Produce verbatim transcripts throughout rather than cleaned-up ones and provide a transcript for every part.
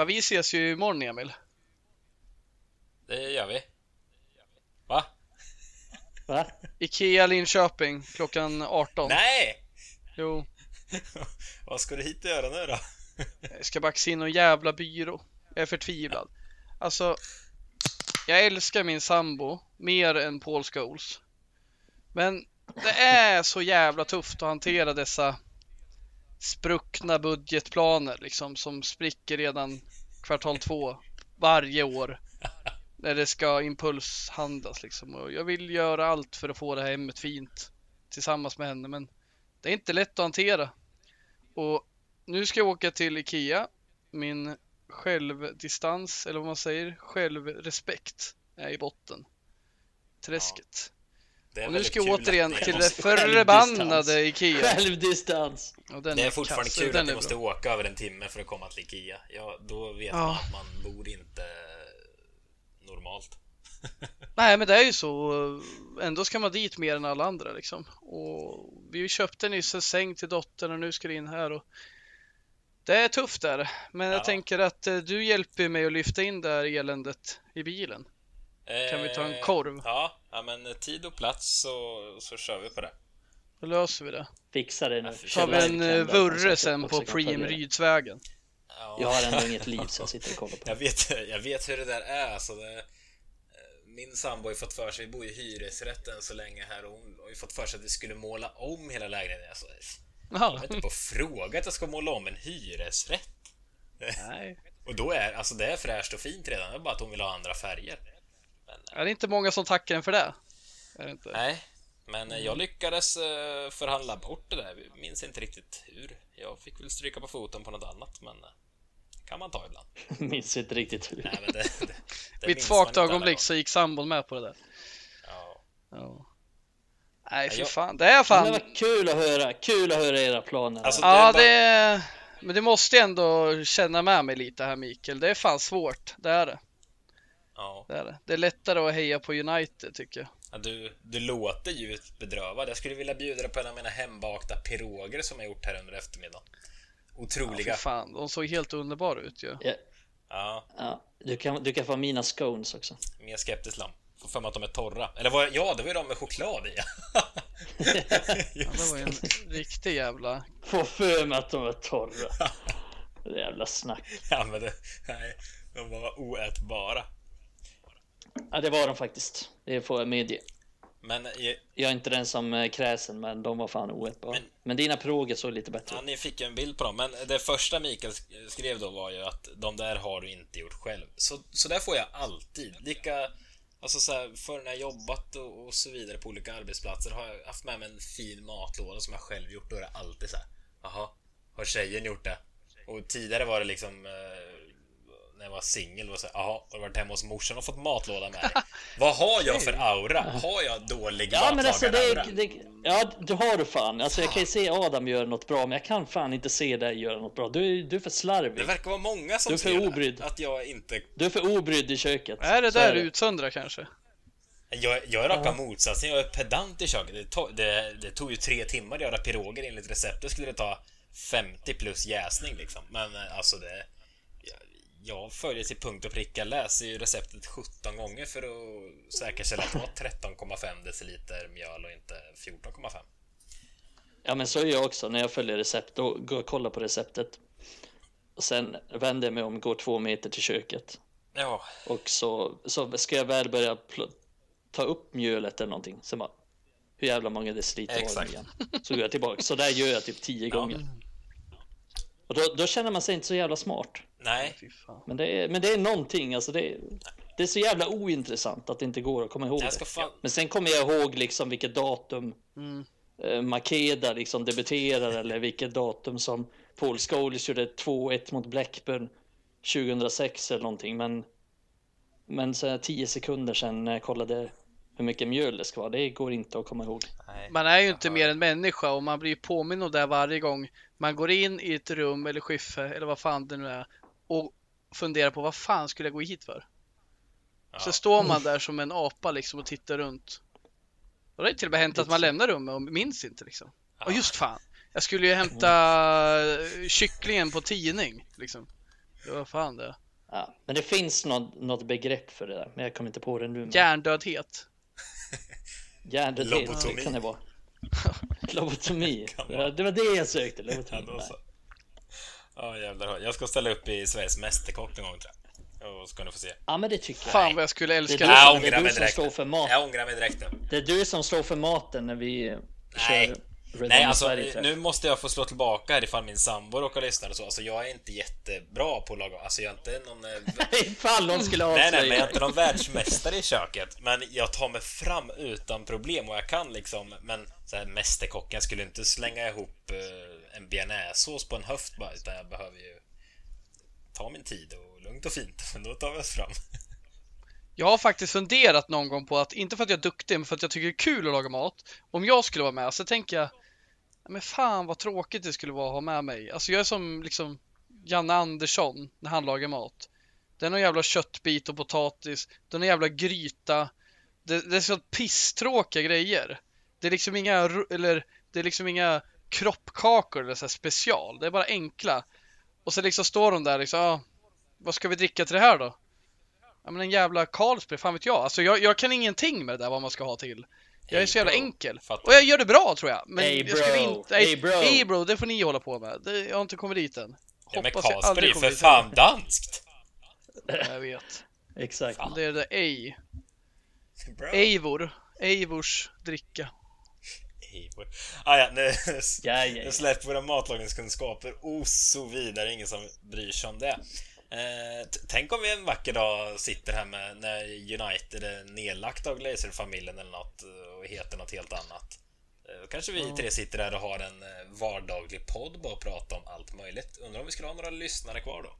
vi ses ju imorgon, Emil. Det gör vi. Va? Va? Ikea Linköping klockan arton. Nej! Jo, Vad ska du hit och göra nu då? jag ska baxa in någon jävla byrå. Jag är förtvivlad. Alltså, jag älskar min sambo mer än Paul Scholes. Men det är så jävla tufft att hantera dessa spruckna budgetplaner liksom, som spricker redan kvartal två varje år. När det ska impulshandlas liksom. Och jag vill göra allt för att få det här hemmet fint tillsammans med henne, men det är inte lätt att hantera. Och nu ska jag åka till Ikea. Min självdistans, eller vad man säger, självrespekt är i botten. Träsket. Det är Och nu väldigt ska jag kul återigen att ni till det måste- förbannade Ikea. Självdistans. Och den Det är är fortfarande kass. kul Den att ni är måste bra. åka över en timme för att komma till Ikea. Ja, då vet Ja. man att man bor inte normalt. Nej, men det är ju så. Ändå ska man dit mer än alla andra liksom. Och vi köpte nyss en säng till dottern och nu ska det in här. Och det är tufft där. Men Ja. jag tänker att eh, du hjälper mig att lyfta in det här eländet i bilen. Kan vi ta en Eh, korv? Ja, ja men tid och plats så, så kör vi på det. Då löser vi det. Fixa det nu. Så har vi en eh, vurre sen på Primrydsvägen. Ja. Jag har ändå inget liv så jag sitter och kollar på Jag det. vet, jag vet hur det där är alltså det, min sambo har ju fått för sig, vi bor i hyresrätten så länge här, och hon har ju fått för sig att vi skulle måla om hela lägenheten. Alltså, jag Ja. vet inte på fråga att jag ska måla om en hyresrätt. Nej. Och då är, alltså det är fräscht och fint redan, det är bara att hon vill ha andra färger. Men, Är det inte många som tackar en för det? Är det inte? nej, men jag lyckades eh, förhandla bort det där. Jag minns inte riktigt hur. Jag fick väl stryka på foten på något annat, men eh, kan man ta ibland. Minns inte riktigt hur. Nej, men det, det, det Vid minns ett man svagt inte alla ögonblick gånger. så gick sambon med på det där. Ja. Ja. Nej, för jag- fan. Det är Men fan. det var kul att höra. Kul att höra era planer. Alltså, Ja, det är bara- det är... Men det måste jag ändå känna med mig lite här, Mikael. Det är fan svårt. Det är det. Ja. Det är det. Det är lättare att heja på United, tycker jag. Ja, du, du låter ju bedrövad. Jag skulle vilja bjuda dig på en av mina hembakta piroger som jag gjort här under eftermiddagen. Ja, Otroliga. för fan. De såg helt underbara ut ju. Ja, Ja, ja. Du, kan, du kan få mina scones också. mer skeptisk lam. Får för mig att de är torra. Eller var, ja, det var ju de med choklad i. Ja, det var ju en riktig jävla... Få för mig att de är torra. Det är jävla snack. Ja, men det, nej, de var oätbara. Ja, det var de faktiskt. Det får jag medge. Men i- Jag är inte den som är kräsen, men de var fan oätbara. Men, men dina piroger såg lite bättre ja, ut. ni fick ju en bild på dem. Men det första Mikael sk- skrev då var ju att de där har du inte gjort själv. Så, så där får jag alltid. Lika, alltså så här, för när jag jobbat och, och så vidare på olika arbetsplatser har jag haft med mig en fin matlåda som jag själv gjort. Då är det alltid så här: jaha, har tjejen gjort det? Och tidigare var det liksom eh, när jag var singel, var så här: jaha, har du varit hemma hos morsan och fått matlåda med dig? Vad har jag för aura? Har jag dålig Ja, men alltså det, matlagaraura? det, ja, du har du fan. Alltså jag kan ju se Adam göra något bra, men jag kan fan inte se dig göra något bra. Du, du är för Det slarvig. verkar vara många som Du är för ser det, obrydd. att jag inte... Du är för obrydd i köket. Är det Så där utsöndra kanske? Jag, jag är raka motsatsen, jag är pedant i köket. Det, tog, det, det tog ju tre timmar att göra piroger. Enligt receptet skulle det ta femtio plus jäsning liksom. Men eh, alltså det... Jag, jag följer till punkt och pricka. Läser ju receptet sjutton gånger för att säkerställa att det var tretton komma fem deciliter mjöl och inte fjorton komma fem. Ja, men så är jag också. När jag följer recept, då går jag och kollar på receptet. Och sen vänder jag mig om, går två meter till köket. Ja, Och så, så ska jag väl börja pl- ta upp mjölet eller någonting. Så bara, hur jävla många deciliter var det Exakt. igen? Så går jag tillbaka. Så där gör jag typ tio gånger. Och då, då känner man sig inte så jävla smart. nej. Fy fan. Men det är, men det är någonting, alltså det är, det är så jävla ointressant att det inte går att komma ihåg Jag ska det. fan... Men sen kommer jag ihåg liksom vilket datum Mm. eh, Makeda liksom debuterar eller vilket datum som Paul Scholes gjorde två ett mot Blackburn tjugohundrasex eller någonting. Men, men så här tio sekunder sedan när jag kollade hur mycket mjöl det ska vara, det går inte att komma ihåg. Nej. Man är ju inte Jaha. mer än människa och man blir ju påminn om det varje gång man går in i ett rum eller skiffe eller vad fan det nu är och funderar på vad fan skulle jag gå hit för? Ja. Så står man där som en apa liksom och tittar runt. Och det är till och med hänt att man lämnar rummet och minns inte liksom. Och just fan, jag skulle ju hämta kycklingen på tidning liksom. Det var fan det. Ja, men det finns något, något begrepp för det där, men jag kommer inte på det nu. Men... Hjärndödhet. Hjärndödhet, Lobotomi. det kan det vara. Lobotomi. Kan Ja, vara. det var det jag sökte. Lobotomi. Ja, då så. Ja, jävlar. Jag ska ställa upp i Sveriges Mästerkock någon gång, tror jag. Och ska ni få se. Ja, men det tycker jag. Fan vad jag skulle Det är älska du, det. Jag som, det ångrar är du mig som direkt. står för mat. Jag ångrar mig direkt nu. Det är du som står för maten när vi Nej. kör Red Nej, Bull alltså Sverige, tror jag. nu måste jag få slå tillbaka här ifall min sambo råkar lyssna och så. Alltså jag är inte jättebra på att laga. Alltså jag är inte någon... eh, Ifall någon skulle Nej, avslöja. nej, men jag är inte någon världsmästare i köket. Men jag tar mig fram utan problem och jag kan liksom. Men så här, mästerkocken skulle inte slänga ihop eh, en bearnaisesås på en höft bara, utan jag behöver ju ta min tid och lugnt och fint. Men då tar vi oss fram. Jag har faktiskt funderat någon gång på att, inte för att jag är duktig, men för att jag tycker det är kul att laga mat. Om jag skulle vara med så tänker jag, men fan vad tråkigt det skulle vara att ha med mig. Alltså jag är som liksom Janne Andersson när han lagar mat. Det är någon jävla köttbit och potatis. Det är någon jävla gryta. Det, det är så pisstråkiga grejer. Det är liksom inga, ru- eller det är liksom inga kroppkakor eller så här special. Det är bara enkla. Och så liksom står de där liksom, ah, vad ska vi dricka till det här då? Ja, men en jävla Carlsberg, fan vet jag. Alltså jag, jag kan ingenting med det där vad man ska ha till. Jag är Hey, så jävla bro. enkel. Fattar. Och jag gör det bra tror jag. Men Hey, jag bro. skulle inte... Hey, bro. Hey bro, det får ni hålla på med. Det, jag har inte kommit dit än. Ja, men Hoppas jag Carlsberg är aldrig ju kommer för dit. fan danskt. Ja, jag vet. Exakt. Det är det ej. Bro. Eivor. Eivors dricka. Eivor. Ah, ja, nu, Ja, ja, ja. nu släpper våra matlagningskunskaper och så vidare. Ingen som bryr sig om det. Eh, t- tänk om vi en vacker dag sitter här med när United är nedlagt av Glazer-familjen eller något och heter något helt annat. Eh, då kanske vi Ja. tre sitter där och har en eh, vardaglig podd bara och pratar om allt möjligt. Undrar om vi skulle ha några lyssnare kvar då?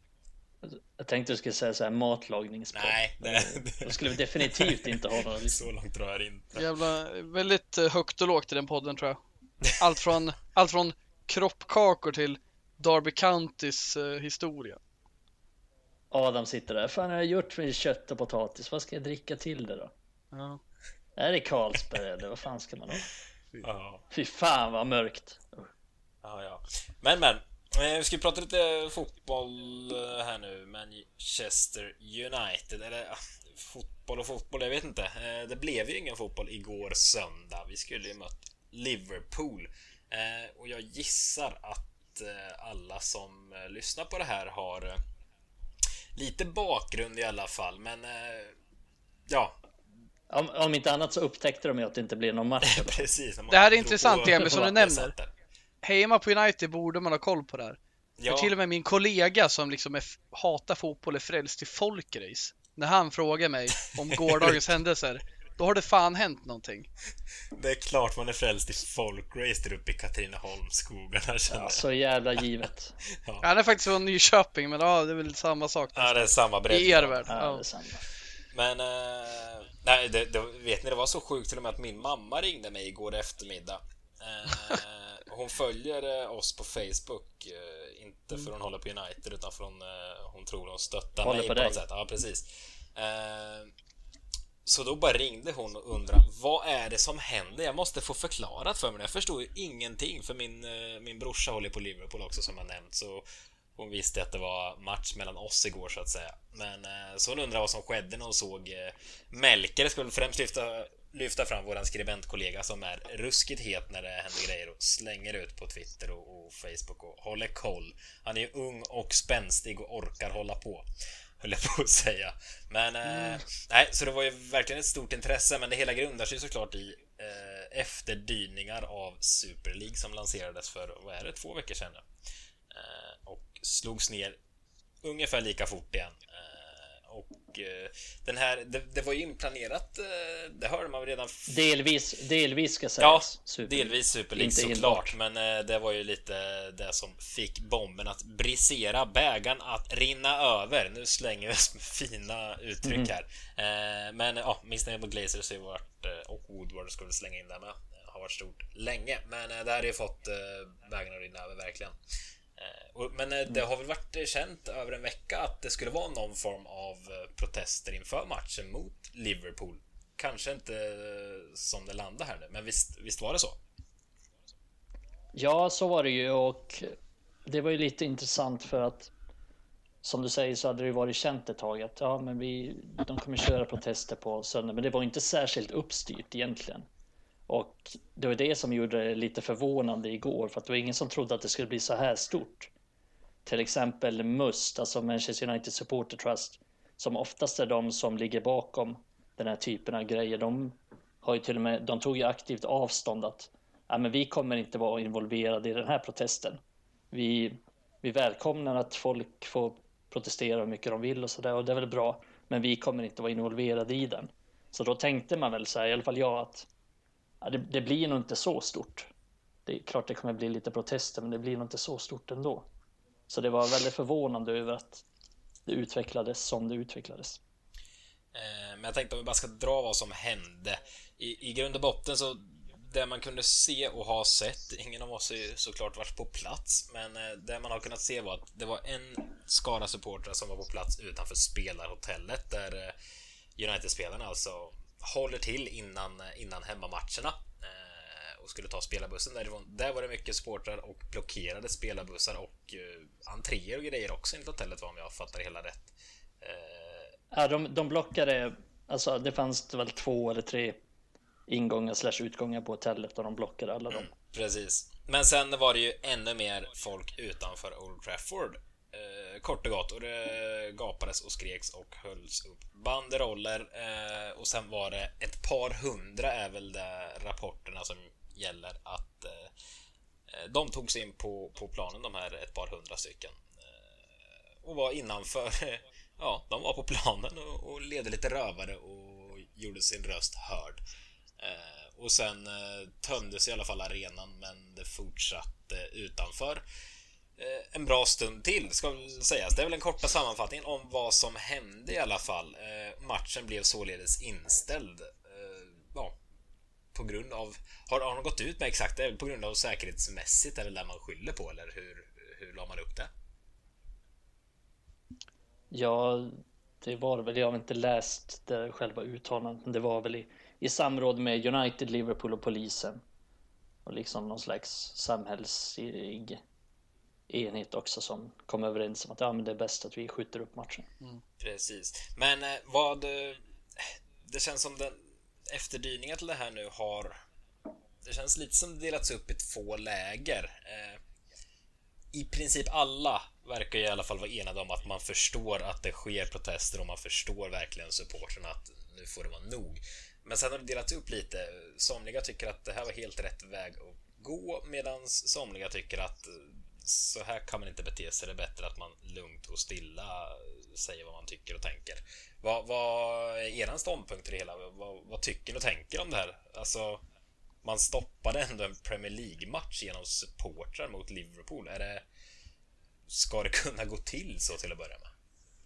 Jag tänkte du skulle säga så här matlagningspodd. Nej, det, Då skulle vi definitivt inte ha några lyssnare. så långt drar jag inte. Jävla, väldigt eh, högt och lågt i den podden tror jag. Allt från, allt från kroppkakor till Derby Countys eh, historia. Adam sitter där. Fan, jag har gjort med kött och potatis. Vad ska jag dricka till det då? Ja. Är det Carlsberg eller vad fan ska man ha? Ja. Fy fan vad mörkt. Ja, ja. Men, men. Eh, vi ska ju prata lite fotboll eh, här nu. Manchester United. Eller ja, fotboll och fotboll, jag vet inte. Eh, det blev ju ingen fotboll igår söndag. Vi skulle ju mött Liverpool. Eh, och jag gissar att eh, alla som eh, lyssnar på det här har eh, lite bakgrund i alla fall. Men eh, ja, Om, om inte annat så upptäckte de ju att det inte blev någon match. precis. Det här är intressant, Emil, som du nämner. nämner. Hemma på United borde man ha koll på det här. Ja. För till och med min kollega som liksom är, hatar fotboll är frälst i folkrace. När han frågar mig om gårdagens händelser, då har det fan hänt någonting. Det är klart man är frälst i folkrace där uppe i Katrineholmsskogarna, känner Ja, jag. så jävla givet. Ja. Han är faktiskt från Nyköping, men ja, det är väl samma sak. Ja, det är samma bredd. I er värld. Ja, Ja. det är samma. Men, eh, nej, det, det, vet ni, det var så sjukt till och med att min mamma ringde mig igår eftermiddag. Eh, hon följer eh, oss på Facebook, eh, inte för hon håller på United, utan för hon, eh, hon tror hon stöttar Håller mig på på, dig. något sätt. Ja, precis. Eh, så då bara ringde hon och undrade, vad är det som händer? Jag måste få förklarat för mig. Jag förstår ju ingenting, för min, eh, min brorsa håller på Liverpool också, som jag nämnt, så hon visste att det var match mellan oss igår, så att säga. Men eh, så hon undrade vad som skedde när hon såg eh, Melker. Skulle främst lyfta, lyfta fram våran skribentkollega som är ruskigt het när det händer grejer och slänger ut på Twitter och, och Facebook och håller koll. Han är ju ung och spänstig och orkar hålla på, höll jag på att säga. Men eh, Mm. nej, så det var ju verkligen ett stort intresse, men det hela grundar sig såklart i eh, efterdyningar av Super League som lanserades för, vad är det, två veckor sedan. Eh, och slogs ner ungefär lika fort igen. Eh, och eh, den här, det, det var ju inplanerat, eh, det hörde man redan. F- Delvis, delvis ska ja, sägas. Super. delvis Super League Inte såklart, enbart. men eh, det var ju lite det som fick bomben att brisera, bägaren att rinna över. Nu slänger vi oss med fina uttryck Mm. här. Eh, men ja, minst när på Glazers har varit, eh, och Woodward skulle slänga in där med, eh, har varit stort länge, men eh, det här har ju fått eh, bägaren att rinna över verkligen. Eh, och, men eh, det har väl varit eh, känt över en vecka att det skulle vara någon form av eh, protester inför matchen mot Liverpool. Kanske inte eh, som det landar här nu, men visst, visst var det så? Ja, så var det ju, och det var ju lite intressant för att som du säger så hade det ju varit känt ett tag att ja, men vi, de kommer köra protester på söndag, men det var inte särskilt uppstyrt egentligen. Och det var det som gjorde det lite förvånande igår, för att det var ingen som trodde att det skulle bli så här stort. Till exempel MUST, alltså Manchester United Supporter Trust, som oftast är de som ligger bakom den här typen av grejer. De har ju till och med, de tog ju aktivt avstånd att ja, men vi kommer inte vara involverade i den här protesten. Vi, vi välkomnar att folk får protestera hur mycket de vill och sådär, och det är väl bra, men vi kommer inte vara involverade i den. Så då tänkte man väl så här, i alla fall jag, att ja, det, det blir nog inte så stort. Det är klart det kommer bli lite protester, men det blir nog inte så stort ändå. Så det var väldigt förvånande över att det utvecklades som det utvecklades. Men jag tänkte om vi bara ska dra vad som hände. I, i grund och botten så det man kunde se och ha sett, ingen av oss har ju såklart varit på plats, men det man har kunnat se var att det var en skara supportrar som var på plats utanför spelarhotellet där United-spelarna alltså håller till innan, innan hemmamatcherna och skulle ta spelarbussen därifrån. Där var det mycket supportrar och blockerade spelarbussar och uh, entréer och grejer också enligt hotellet, om jag fattar hela rätt. Uh... Ja, de, de blockade, alltså det fanns väl två eller tre ingångar slash utgångar på hotellet och de blockade alla dem. Mm, precis. Men sen var det ju ännu mer folk utanför Old Trafford. Uh, kort och gott, och det gapades och skreks och hölls upp banderoller. Uh, och sen var det ett par hundra är väl det rapporterna som gäller att eh, de tog sig in på, på planen, de här ett par hundra stycken eh, och var innanför ja, de var på planen och, och ledde lite rövare och gjorde sin röst hörd eh, och sen eh, tömdes i alla fall arenan, men det fortsatte utanför eh, en bra stund till, ska väl sägas. Det är väl en korta sammanfattning om vad som hände i alla fall. eh, matchen blev således inställd eh, ja på grund av, har, har de gått ut med exakt, det är på grund av säkerhetsmässigt, är det där man skyller på, eller hur, hur la man upp det? Ja, det var väl, jag har inte läst det själva uttalandet, men det var väl i, i samråd med United, Liverpool och polisen och liksom någon slags samhällelig enhet också som kom överens om att ja, men det är bäst att vi skjuter upp matchen. Mm. Precis, men eh, vad det känns som den efterdyningar till det här nu har, det känns lite som det delats upp i två läger. Eh, i princip alla verkar i alla fall vara enade om att man förstår att det sker protester och man förstår verkligen supporterna att nu får det vara nog. Men sen har det delats upp lite. Somliga tycker att det här var helt rätt väg att gå, medan somliga tycker att så här kan man inte bete sig, det är bättre att man lugnt och stilla säger vad man tycker och tänker. Vad, vad är eran ståndpunkt i det hela? Vad, vad tycker ni och tänker om det här? Alltså, man stoppade ändå en Premier League-match genom supportrar mot Liverpool. Är det, ska det kunna gå till så till att börja med?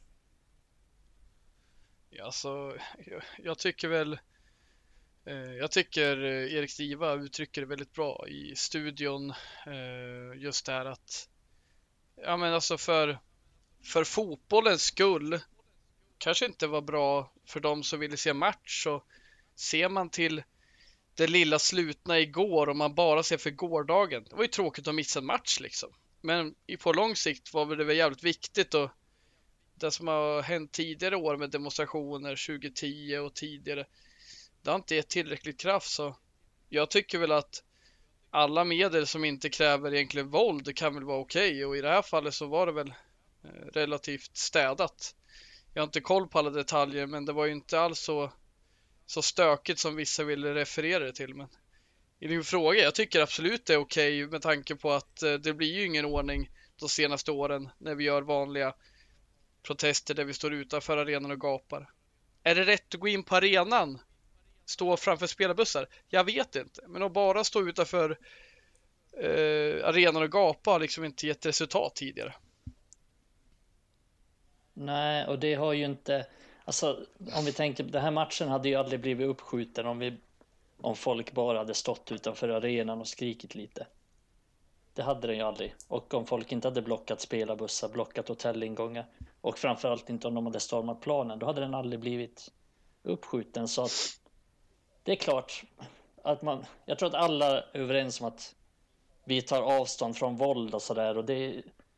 Ja, så jag, jag tycker väl eh, jag tycker Erik Stiva uttrycker det väldigt bra i studion, eh, just det här att ja, men alltså för för fotbollens skull kanske inte var bra för de som ville se match, så ser man till det lilla slutna igår och man bara ser för gårdagen, det var ju tråkigt att missa en match liksom, men på lång sikt var det väl jävligt viktigt, och det som har hänt tidigare år med demonstrationer tjugo tio och tidigare, det har inte gett tillräckligt kraft. Så jag tycker väl att alla medel som inte kräver egentligen våld kan väl vara okej, okay. Och i det här fallet så var det väl relativt städat. Jag har inte koll på alla detaljer, men det var ju inte alls så, så stökigt som vissa ville referera det till. Men i din fråga, jag tycker absolut det är okej okay, med tanke på att det blir ju ingen ordning de senaste åren när vi gör vanliga protester där vi står utanför arenan och gapar. Är det rätt att gå in på arenan, stå framför spelarbussar? Jag vet inte, men att bara stå utanför eh, arenan och gapa har liksom inte gett resultat tidigare. Nej, och det har ju inte, alltså om vi tänker, den här matchen hade ju aldrig blivit uppskjuten om vi om folk bara hade stått utanför arenan och skrikit lite. Det hade den ju aldrig. Och om folk inte hade blockat spelarbussar, blockat hotellingångar, och framförallt inte om de hade stormat planen, då hade den aldrig blivit uppskjuten. Så att det är klart att man, jag tror att alla är överens om att vi tar avstånd från våld och sådär, och det,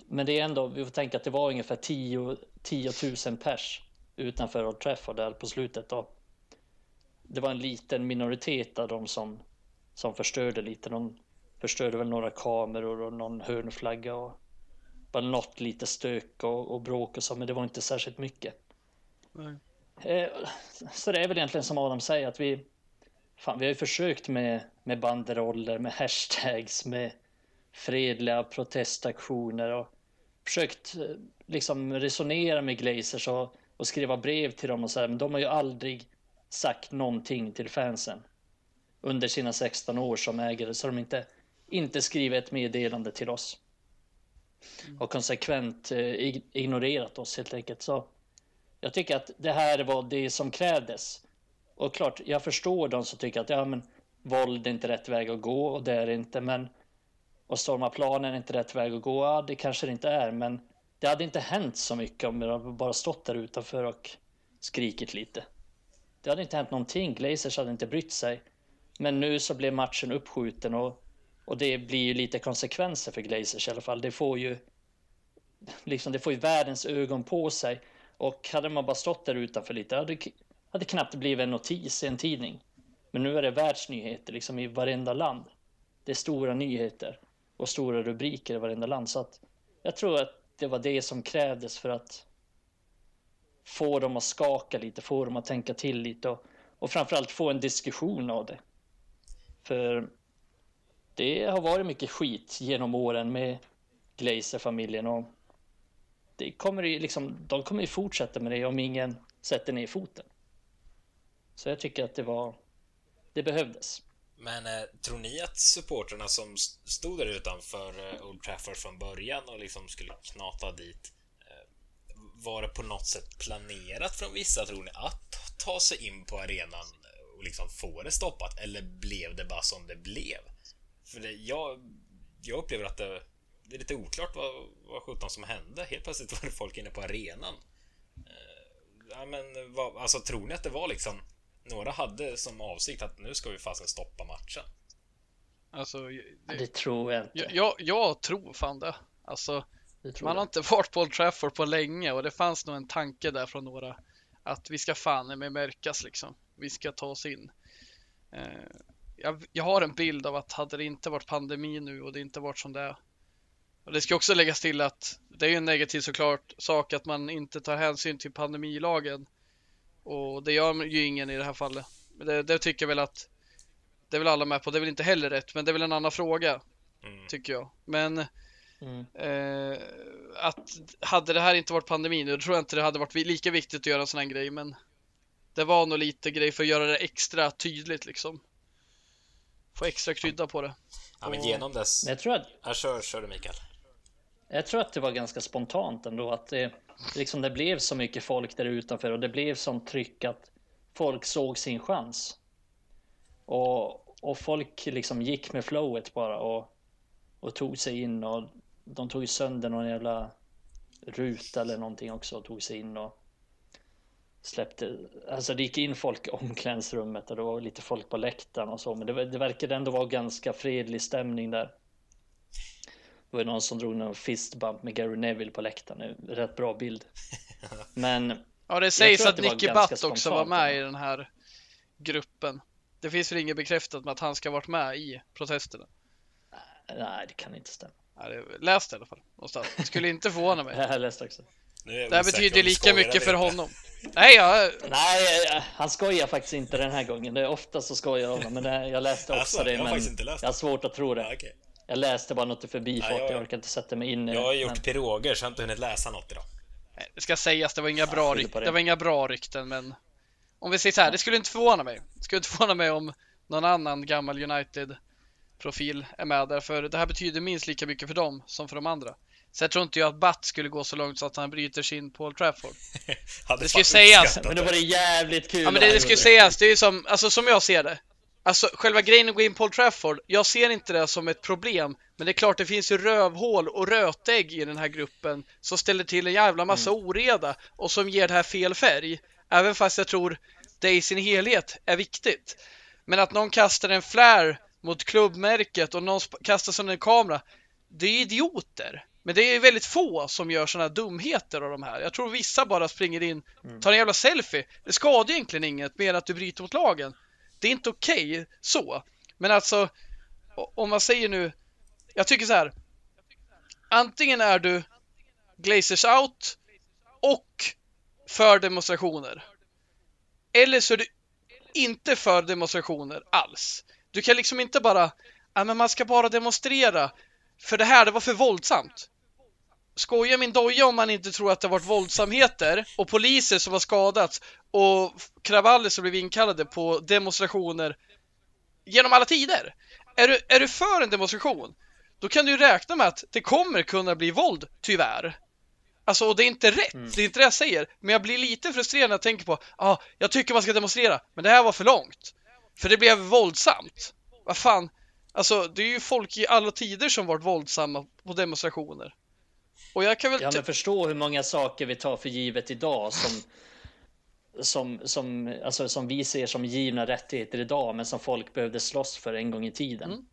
Men det är ändå, vi får tänka att det var ungefär tio tusen pers utanför Old Trafford där på slutet. Då. Det var en liten minoritet av dem som, som förstörde lite. De förstörde väl några kameror och någon hörnflagga och bara något lite stök och, och bråk och så, men det var inte särskilt mycket. Nej. Eh, så det är väl egentligen som Adam säger att vi, fan, vi har ju försökt med, med banderoller, med hashtags, med fredliga protestaktioner och försökt eh, liksom resonera med Glazers och, och skriva brev till dem och så här, men de har ju aldrig sagt någonting till fansen under sina sexton år som ägare, så de inte, inte skrivit ett meddelande till oss och konsekvent eh, ignorerat oss helt enkelt. Så jag tycker att det här var det som krävdes. Och klart, jag förstår de som tycker att ja, men våld är inte rätt väg att gå, och det är det inte, men och storma planen är inte rätt väg att gå, ja, det kanske det inte är, men det hade inte hänt så mycket om jag bara stått där utanför och skrikit lite. Det hade inte hänt någonting, Glazers hade inte brytt sig. Men nu så blev matchen uppskjuten och, och det blir ju lite konsekvenser för Glazers i alla fall. Det får ju liksom, det får ju världens ögon på sig. Och hade man bara stått där utanför lite, hade det hade knappt blivit en notis i en tidning. Men nu är det världsnyheter liksom i varenda land. Det är stora nyheter och stora rubriker i varenda land. Så att jag tror att det var det som krävdes för att få dem att skaka lite, få dem att tänka till lite och, och framförallt få en diskussion av det. För det har varit mycket skit genom åren med Glazer-familjen och det kommer ju liksom, de kommer ju fortsätta med det om ingen sätter ner foten. Så jag tycker att det var, det behövdes. Men eh, tror ni att supporterna som stod där utanför eh, Old Trafford från början och liksom skulle knata dit, eh, var det på något sätt planerat från vissa, tror ni, att ta sig in på arenan och liksom få det stoppat, eller blev det bara som det blev? För det, jag, jag upplever att det, det är lite oklart vad, vad sjutton som hände. Helt plötsligt var det folk inne på arenan. Eh, ja, men vad, alltså tror ni att det var liksom några hade som avsikt att nu ska vi fasen stoppa matchen? Alltså, det, Det tror jag inte. jag, jag, jag tror fan det. Alltså, Det tror man har jag. inte varit på Old Trafford på länge och det fanns nog en tanke där från några att vi ska fan med märkas liksom. Vi ska ta oss in. Eh, jag, jag har en bild av att hade det inte varit pandemi nu och det inte varit som det är. Och det ska också läggas till att det är ju en negativ såklart sak att man inte tar hänsyn till pandemilagen. Och det gör ju ingen i det här fallet. Det, det tycker jag väl att det är väl alla med på. Det är väl inte heller rätt, men det är väl en annan fråga, Mm. tycker jag. Men Mm. eh, att hade det här inte varit pandemin, då tror jag inte det hade varit lika viktigt att göra en sån här grej. Men det var nog lite grej för att göra det extra tydligt liksom. Få extra krydda på det. Ja, men Och- genom dess... Men jag tror att Ja, kör, kör du, Mikael. Jag tror att det var ganska spontant ändå att det, liksom det blev så mycket folk där utanför och det blev sånt tryck att folk såg sin chans. Och, och folk liksom gick med flowet bara och, och tog sig in och de tog sönder någon jävla ruta eller någonting också och tog sig in och släppte, alltså det gick in folk i omklädningsrummet och det var lite folk på läktaren och så, men det, det verkade ändå vara ganska fredlig stämning där. Det var någon som drog någon fistbump med Gary Neville på läktaren. Rätt bra bild. Men Ja, det sägs tror att att det var Nicky ganska Butt också var spontant, med ja. i den här gruppen. Det finns väl inget bekräftat med att han ska ha varit med i protesterna. nej, det kan inte stämma. Ja, det läst i alla fall någonstans. Det skulle inte förvåna mig. Det här läste också. Nu är jag Det här osäker betyder om lika skojar mycket eller för inte. honom. Nej, ja, Nej, han skojar faktiskt inte den här gången. Det är ofta så skojar honom, men det, jag läste också Alltså, det. jag har Men faktiskt inte läst jag har svårt att tro det. Ja, okej. Jag läste bara något i förbifart. Ja, jag- Jag orkar inte sätta mig in i Jag har det, gjort men- piroger så jag har inte hunnit läsa något idag. det ska sägas, det var inga Ja, bra, skyll ryk- på det. det var inga bra rykten, men om vi säger så här, det skulle inte förvåna mig. Det skulle inte förvåna mig om någon annan gammal United-profil är med där, för det här betyder minst lika mycket för dem som för de andra. Så jag tror inte jag att Butt skulle gå så långt så att han bryter sig in på Old Trafford. Hade Det ska ju fan sägas. uppskattat Men då var det jävligt kul. Ja, men det, det ska ju sägas, det är ju som, alltså som jag ser det. Alltså själva grejen att gå in på Old Trafford, jag ser inte det som ett problem. Men det är klart, det finns ju rövhål och rötägg i den här gruppen som ställer till en jävla massa oreda och som ger det här fel färg. Även fast jag tror det i sin helhet är viktigt. Men att någon kastar en flare mot klubbmärket och någon sp- kastar som en kamera, det är idioter. Men det är väldigt få som gör såna här dumheter av de här. Jag tror vissa bara springer in, tar en jävla selfie. Det skadar egentligen inget mer än att du bryter mot lagen. Det är inte okej okay, så. Men alltså, om man säger nu, jag tycker så här. Antingen är du Glazers out och för demonstrationer. Eller så är du inte för demonstrationer alls. Du kan liksom inte bara, ja men man ska bara demonstrera. För det här, det var för våldsamt. Skojar min doja om man inte tror att det har varit våldsamheter och poliser som har skadats och kravaller som blev inkallade på demonstrationer genom alla tider. Är du, är du för en demonstration, då kan du räkna med att det kommer kunna bli våld, tyvärr. Alltså, och det är inte rätt, mm. det är inte det jag säger. Men jag blir lite frustrerad när jag tänker på, ja, ah, jag tycker man ska demonstrera, men det här var för långt. För det blev våldsamt. Vad fan, alltså det är ju folk i alla tider som varit våldsamma på demonstrationer. Och jag kan väl ja, men förstå hur många saker vi tar för givet idag som som, som, alltså, som vi ser som givna rättigheter idag, men som folk behövde slåss för en gång i tiden. Mm.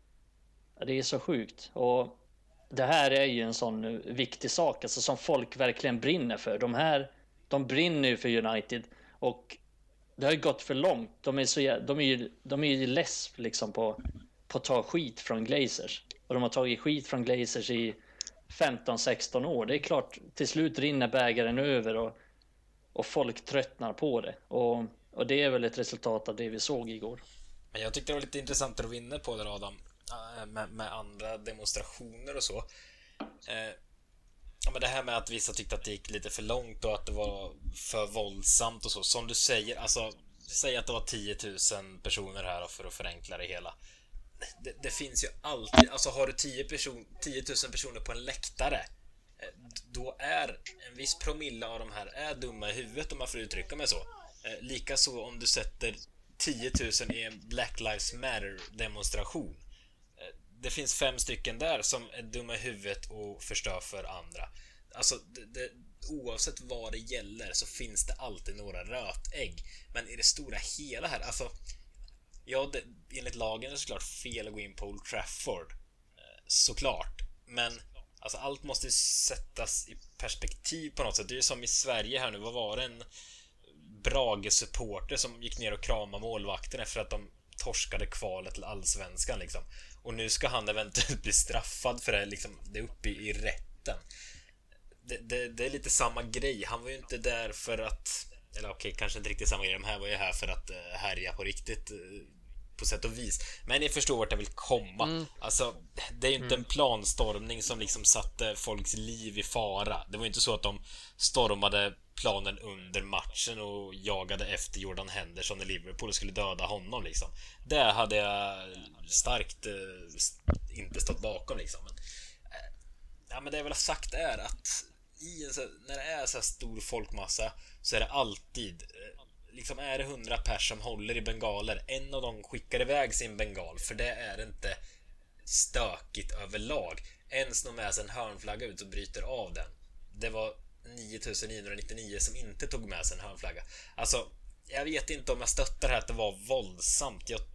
Det är så sjukt. Och det här är ju en sån viktig sak, alltså, som folk verkligen brinner för. De här, de brinner ju för United, och det har ju gått för långt. De är så, de är ju, de är ju less liksom på, på att ta skit från Glazers. Och de har tagit skit från Glazers i femton sexton år. Det är klart, till slut rinner bägaren över och, och folk tröttnar på det. Och, och det är väl ett resultat av det vi såg igår. Men jag tyckte det var lite intressant att vinna på det, Adam, med, med andra demonstrationer och så. Eh, ja, men det här med att vissa tyckte att det gick lite för långt och att det var för våldsamt och så. Som du säger, alltså säg att det var tio tusen personer här för att förenkla det hela. Det, det finns ju alltid, alltså har du tio tusen personer på en läktare, då är en viss promille av de här är dumma i huvudet, om man får uttrycka mig så. Eh, Likaså om du sätter tio tusen i en Black Lives Matter demonstration. Eh, det finns fem stycken där som är dumma i huvudet och förstör för andra. Alltså det, det, oavsett vad det gäller så finns det alltid några rötägg. Men i det stora hela här, alltså ja, det, enligt lagen är det såklart fel att gå in på Old Trafford, eh, såklart. Men alltså, allt måste sättas i perspektiv på något sätt. Det är ju som i Sverige här nu. Vad var det? En Brage-supporter som gick ner och kramade målvakten efter att de torskade kvalet till Allsvenskan liksom. Och nu ska han eventuellt bli straffad för det, liksom, det är uppe i, i rätten. Det, det, det är lite samma grej. Han var ju inte där för att, eller okej, kanske inte riktigt samma grej. De här var ju här för att uh, härja på riktigt, uh, på sätt och vis. Men ni förstår vart jag vill komma. Mm. Alltså, det är ju inte mm. en planstormning som liksom satte folks liv i fara. Det var ju inte så att de stormade planen under matchen och jagade efter Jordan Henderson i Liverpool och skulle döda honom liksom. Det hade jag starkt eh, inte stått bakom liksom. Men, eh, ja, men det jag väl har sagt är att i en så, när det är så här stor folkmassa så är det alltid eh, liksom, är det hundra pers som håller i bengaler, en av dem skickar iväg sin bengal, för det är inte stökigt överlag. En snor med sig en hörnflagga ut och bryter av den. Det var nio tusen niohundranittionio som inte tog med sig en hörnflagga. Alltså, jag vet inte om jag stöttar här att det var våldsamt. Jag,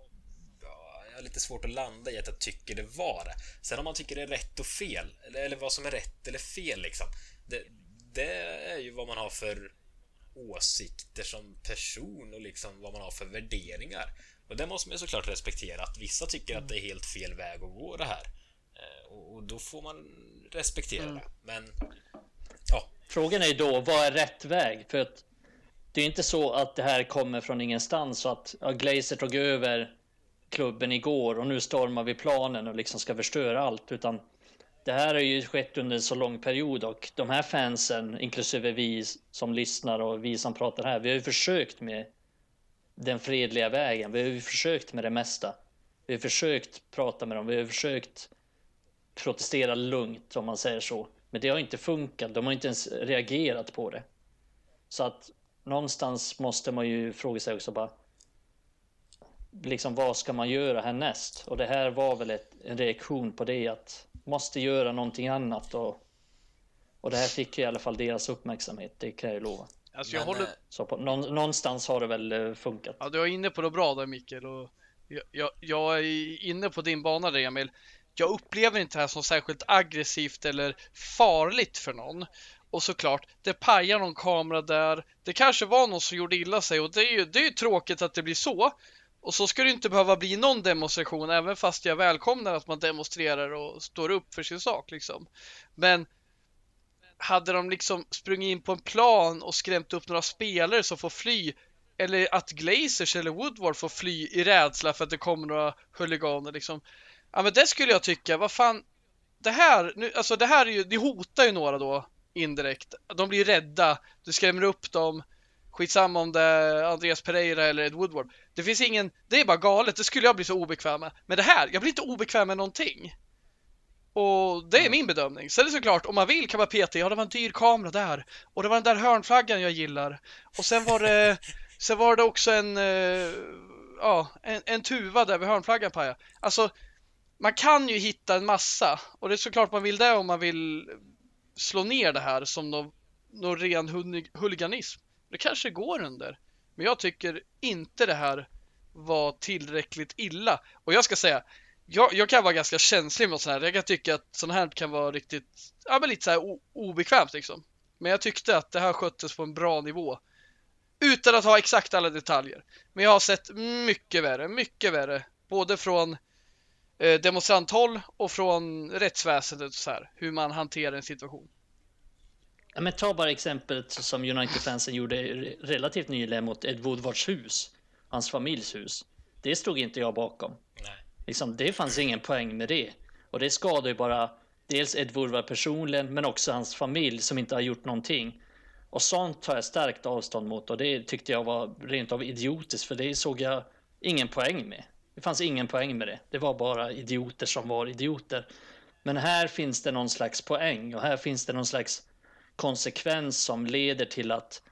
jag har lite svårt att landa i att jag tycker det var det. Sen om man tycker det är rätt och fel, eller, eller vad som är rätt eller fel liksom, det, det är ju vad man har för åsikter som person och liksom vad man har för värderingar. Och det måste man ju såklart respektera, att vissa tycker att det är helt fel väg att gå det här. Och, och då får man respektera mm. det. Men ja. Frågan är ju då, vad är rätt väg? För att det är inte så att det här kommer från ingenstans, så att ja, Glazer tog över klubben igår och nu stormar vi planen och liksom ska förstöra allt, utan det här har ju skett under en så lång period, och de här fansen, inklusive vi som lyssnar och vi som pratar här, vi har ju försökt med den fredliga vägen, vi har ju försökt med det mesta. Vi har försökt prata med dem, vi har försökt protestera lugnt, om man säger så. Men det har inte funkat, de har inte ens reagerat på det. Så att någonstans måste man ju fråga sig också bara, liksom, vad ska man göra härnäst? Och det här var väl ett, en reaktion på det, att måste göra någonting annat, och, och det här fick i alla fall deras uppmärksamhet, det kan jag ju lova. Alltså jag Men, håller... Så på, någonstans har det väl funkat. Ja, du är inne på det bra där, Mikael, och jag, jag, jag är inne på din bana där, Emil. jag upplever inte det här som särskilt aggressivt eller farligt för någon. Och såklart, det pajar någon kamera där. Det kanske var någon som gjorde illa sig och det är ju, det är ju tråkigt att det blir så. Och så ska det inte behöva bli någon demonstration, även fast jag välkomnar att man demonstrerar och står upp för sin sak liksom. Men hade de liksom sprungit in på en plan och skrämt upp några spelare som får fly, eller att Glazers eller Woodward får fly i rädsla för att det kommer några huliganer liksom. Ja, men det skulle jag tycka, vad fan, det här, nu, alltså det här är ju, det hotar ju några då indirekt. De blir rädda, du skrämmer upp dem. Skitsamma om det är Andreas Pereira eller Ed Woodward. Det finns ingen, det är bara galet, det skulle jag bli så obekväm med. Men det här, jag blir inte obekväm med någonting. Och det är min bedömning. Sen är det såklart, om man vill kan man peta, ja det var en dyr kamera där. Och det var den där hörnflaggan jag gillar. Och sen var det, sen var det också en, uh, ja, en, en tuva där vid hörnflaggan paja. Alltså, man kan ju hitta en massa. Och det är såklart man vill det om man vill slå ner det här som någon, någon ren huliganism. Det kanske går under. Men jag tycker inte det här var tillräckligt illa. Och jag ska säga, jag, jag kan vara ganska känslig mot sånt här. Jag kan tycka att sånt här kan vara riktigt, ja men lite så här o- obekvämt liksom. Men jag tyckte att det här sköttes på en bra nivå. Utan att ha exakt alla detaljer. Men jag har sett mycket värre, mycket värre. Både från eh, demonstranthåll och från rättsväsendet och så här. Hur man hanterar en situation. Ja, men ta bara exemplet som United-fansen gjorde relativt nyligen mot Ed Woodwards hus. Hans familjs hus. Det stod inte jag bakom. Nej. Liksom, det fanns ingen poäng med det. Och det skadar ju bara dels Ed Woodward personligen, men också hans familj som inte har gjort någonting. Och sånt tar jag starkt avstånd mot. Och det tyckte jag var rent av idiotiskt. För det såg jag ingen poäng med. Det fanns ingen poäng med det. Det var bara idioter som var idioter. Men här finns det någon slags poäng. Och här finns det någon slags konsekvens som leder till att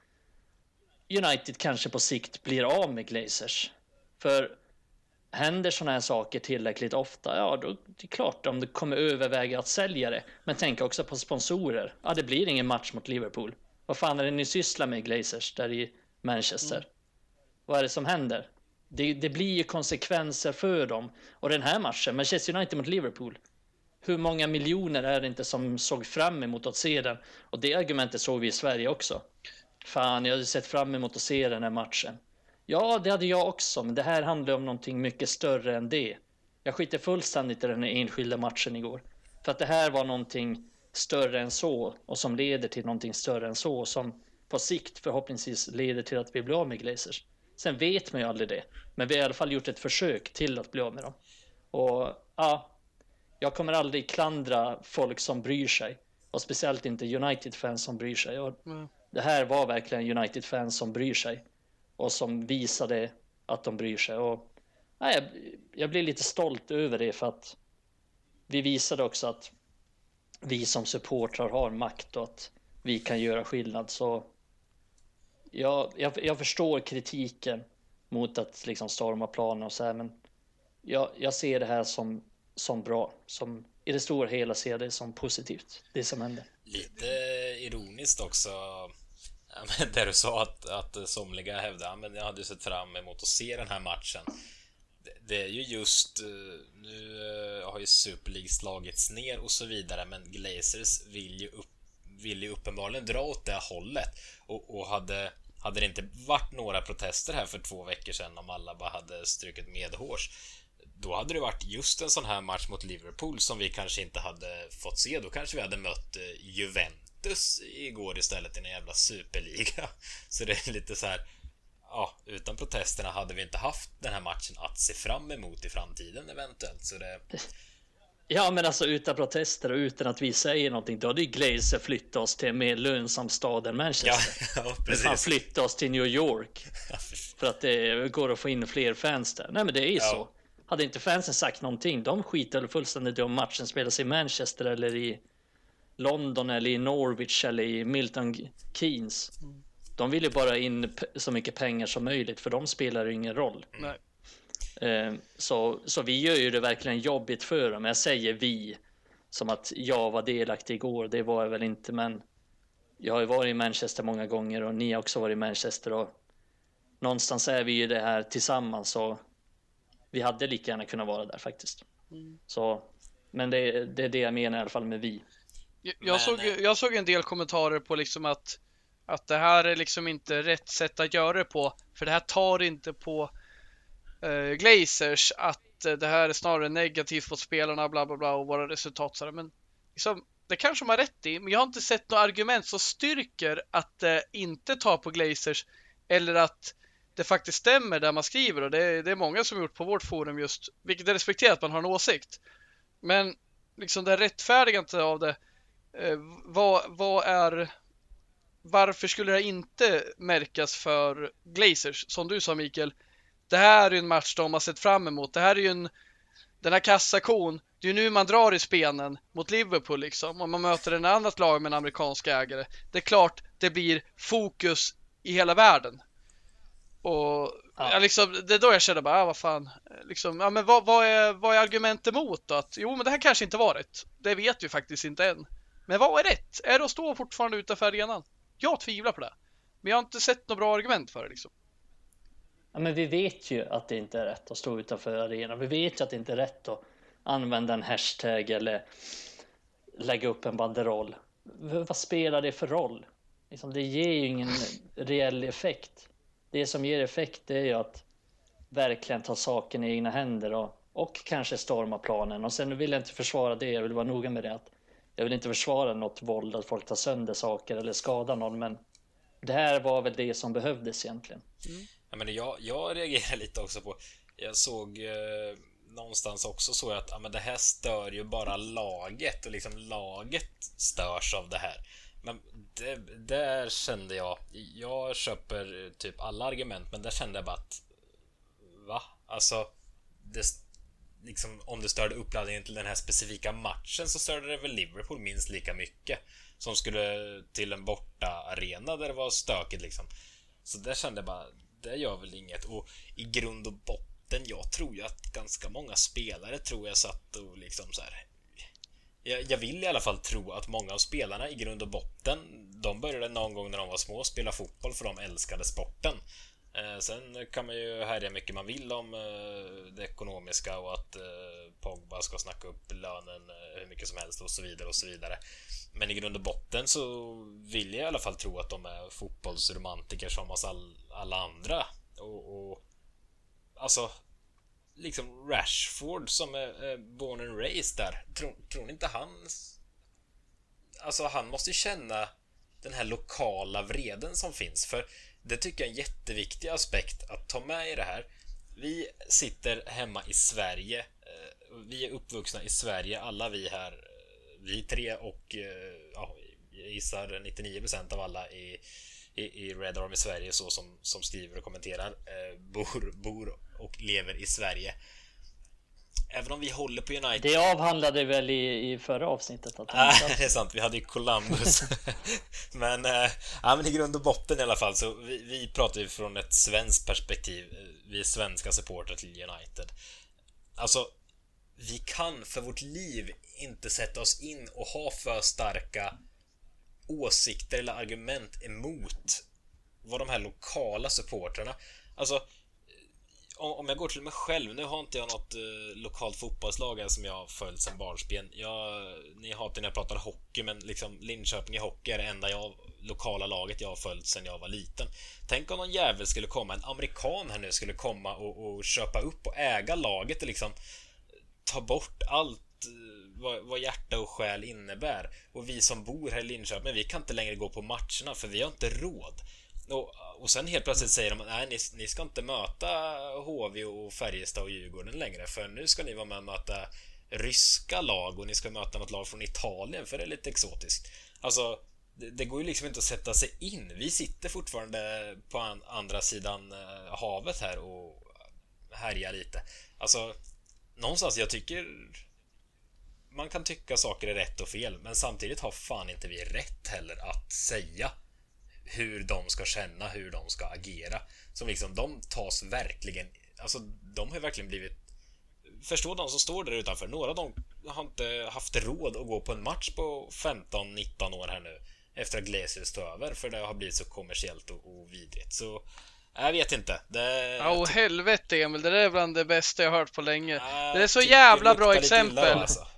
United kanske på sikt blir av med Glazers. För händer sådana här saker tillräckligt ofta, ja då det är klart om det kommer överväga att sälja det. Men tänk också på sponsorer. Ja, det blir ingen match mot Liverpool. Vad fan är det ni sysslar med, Glazers, där i Manchester? Mm. Vad är det som händer? Det, det blir ju konsekvenser för dem. Och den här matchen, Manchester United mot Liverpool, hur många miljoner är det inte som såg fram emot att se den? Och det argumentet såg vi i Sverige också. Fan, jag hade sett fram emot att se den här matchen. Ja, det hade jag också, men det här handlar om någonting mycket större än det. Jag skiter fullständigt i den här enskilda matchen igår. För att det här var någonting större än så, och som leder till någonting större än så, som på sikt förhoppningsvis leder till att vi blir av med Glazers. Sen vet man ju aldrig det, men vi har i alla fall gjort ett försök till att bli av med dem. Och ja, jag kommer aldrig klandra folk som bryr sig, och speciellt inte United-fans som bryr sig. Och Mm. det här var verkligen United-fans som bryr sig och som visade att de bryr sig. Och nej, jag, jag blir lite stolt över det, för att vi visade också att vi som supportrar har makt och att vi kan göra skillnad. Så jag, jag, jag förstår kritiken mot att liksom storma planer och så här, men jag, jag ser det här som, som bra. Som, i det stora hela ser jag det som positivt, det som hände. Lite ironiskt också, ja, men där du sa att, att somliga hävdade att ja, jag hade sett fram emot att se den här matchen. Det, det är ju just, nu har ju Super League slagits ner och så vidare, men Glazers vill ju, upp, vill ju uppenbarligen dra åt det hållet. Och, och hade, hade det inte varit några protester här för två veckor sedan, om alla bara hade strukit medhårs, då hade det varit just en sån här match mot Liverpool som vi kanske inte hade fått se. Då kanske vi hade mött Juventus igår istället i en jävla superliga. Så det är lite så här, ja, utan protesterna hade vi inte haft den här matchen att se fram emot i framtiden eventuellt. Så det... Ja, men alltså utan protester och utan att vi säger någonting, då hade ju Glazer flyttat oss till en mer lönsam stad än Manchester. Ja, ja precis. Han flyttade oss till New York för att det går att få in fler fans där. Nej, men det är ju ja. så. Hade inte fansen sagt någonting, de skiter fullständigt om matchen spelas i Manchester eller i London eller i Norwich eller i Milton Keynes. De vill ju bara in så mycket pengar som möjligt, för de spelar ju ingen roll. Nej. Så, så vi gör ju det verkligen jobbigt för dem. Jag säger vi som att jag var delaktig igår, det var jag väl inte, men jag har ju varit i Manchester många gånger och ni har också varit i Manchester, och någonstans är vi ju det här tillsammans, och vi hade lika gärna kunnat vara där faktiskt. Mm. Så Men det, det är det jag menar i alla fall med vi. Jag, jag, Men- såg, jag såg en del kommentarer på liksom att, att det här är liksom inte rätt sätt att göra det på. För det här tar inte på eh, Glazers, att eh, det här är snarare negativt mot spelarna, bla bla bla, och våra resultat. Så där. Men liksom, det kanske man har rätt i, men jag har inte sett några argument som styrker att det inte tar på Glazers, eller att det faktiskt stämmer där man skriver. Och det är, det är många som har gjort på vårt forum just, vilket är respekterat att man har en åsikt. Men liksom det rättfärdigandet av det, eh, vad, vad är, varför skulle det inte märkas för Glazers? Som du sa, Mikael, det här är en match de har sett fram emot. Det här är ju en, den här kassakon, det är ju nu man drar i spenen mot Liverpool liksom. Om man möter en annat lag med en amerikansk ägare, det är klart det blir fokus i hela världen. Och Ja. ja, liksom, det är då jag känner bara, ah, vad fan liksom, ja, men vad, vad, är, vad är argumentet emot då? Att, jo, men det här kanske inte var rätt. Det vet vi faktiskt inte än. Men vad är rätt? Är det att stå fortfarande utanför arenan? Jag tvivlar på det. Men jag har inte sett några bra argument för det liksom. Ja, men vi vet ju att det inte är rätt att stå utanför arenan. Vi vet ju att det inte är rätt att använda en hashtag eller lägga upp en banderoll. V- vad spelar det för roll? Liksom, det ger ju ingen reell effekt. Det som ger effekt, det är ju att verkligen ta saken i egna händer och, och kanske storma planen. Och sen vill jag inte försvara det, jag vill vara noga med det. Att jag vill inte försvara något våld, att folk tar sönder saker eller skadar någon, men det här var väl det som behövdes egentligen. Ja, men jag, jag reagerar lite också på, jag såg eh, någonstans också så att ja, men det här stör ju bara laget, och liksom laget störs av det här. Men det, där kände jag, jag köper typ alla argument, men där kände jag bara att va? Alltså det, liksom, om det störde uppladdningen till den här specifika matchen, så störde det väl Liverpool minst lika mycket, som skulle till en borta arena där det var stökigt liksom. Så där kände jag bara, det gör väl inget. Och i grund och botten, jag tror ju att ganska många spelare tror jag satt och liksom så här. Jag, jag vill i alla fall tro att många av spelarna i grund och botten, de började någon gång när de var små spela fotboll för de älskade sporten. Eh, sen kan man ju härja mycket man vill om eh, det ekonomiska och att eh, Pogba ska snacka upp lönen eh, hur mycket som helst och så vidare och så vidare. Men i grund och botten så vill jag i alla fall tro att de är fotbollsromantiker som oss all, alla andra. Och, och alltså liksom Rashford som är, är born and raised där, tror, tror ni inte han, alltså han måste ju känna den här lokala vreden som finns, för det tycker jag är en jätteviktig aspekt att ta med i det här. Vi sitter hemma i Sverige, vi är uppvuxna i Sverige, alla vi här, vi tre och ja, jag gissar nittionio procent av alla i, i, i Red Army Sverige så som, som skriver och kommenterar bor, bor och lever i Sverige. Även om vi håller på United. Det avhandlade väl i, i förra avsnittet. Att Ah, det är sant, vi hade ju Columbus. men, äh, ja, men i grund och botten i alla fall så vi, vi pratar ju från ett svenskt perspektiv. Vi är svenska supportrar till United. Alltså, vi kan för vårt liv inte sätta oss in och ha för starka åsikter eller argument emot vad de här lokala supportrarna. Alltså, om jag går till mig själv, nu har inte jag något eh, lokalt fotbollslag som jag har följt sedan barnsben. Jag, ni hatar när jag pratar hockey, men liksom Linköping i hockey är det enda jag, lokala laget jag har följt sedan jag var liten. Tänk om någon jävel skulle komma, en amerikan här nu skulle komma och, och köpa upp och äga laget och liksom ta bort allt vad, vad hjärta och själ innebär. Och vi som bor här i Linköping, vi kan inte längre gå på matcherna för vi har inte råd. Och, och sen helt plötsligt säger de att nej, ni, ni ska inte möta H V och Färjestad och Djurgården längre, för nu ska ni vara med och möta ryska lag och ni ska möta något lag från Italien för det är lite exotiskt. Alltså, det, det går ju liksom inte att sätta sig in. Vi sitter fortfarande på an, andra sidan eh, havet här och härjar lite. Alltså, någonstans jag tycker man kan tycka saker är rätt och fel, men samtidigt har fan inte vi rätt heller att säga hur de ska känna, hur de ska agera. Som liksom, de tas verkligen, alltså de har verkligen blivit, förstå de som står där utanför, några av dem har inte haft råd att gå på en match på femton nitton år här nu efter att Glazers tog över, för det har blivit så kommersiellt och, och vidrigt. Så jag vet inte. Det, Ja, oh, helvete Emil, det där är bland det bästa jag hört på länge. äh, Det är så jävla bra exempel. Då, alltså.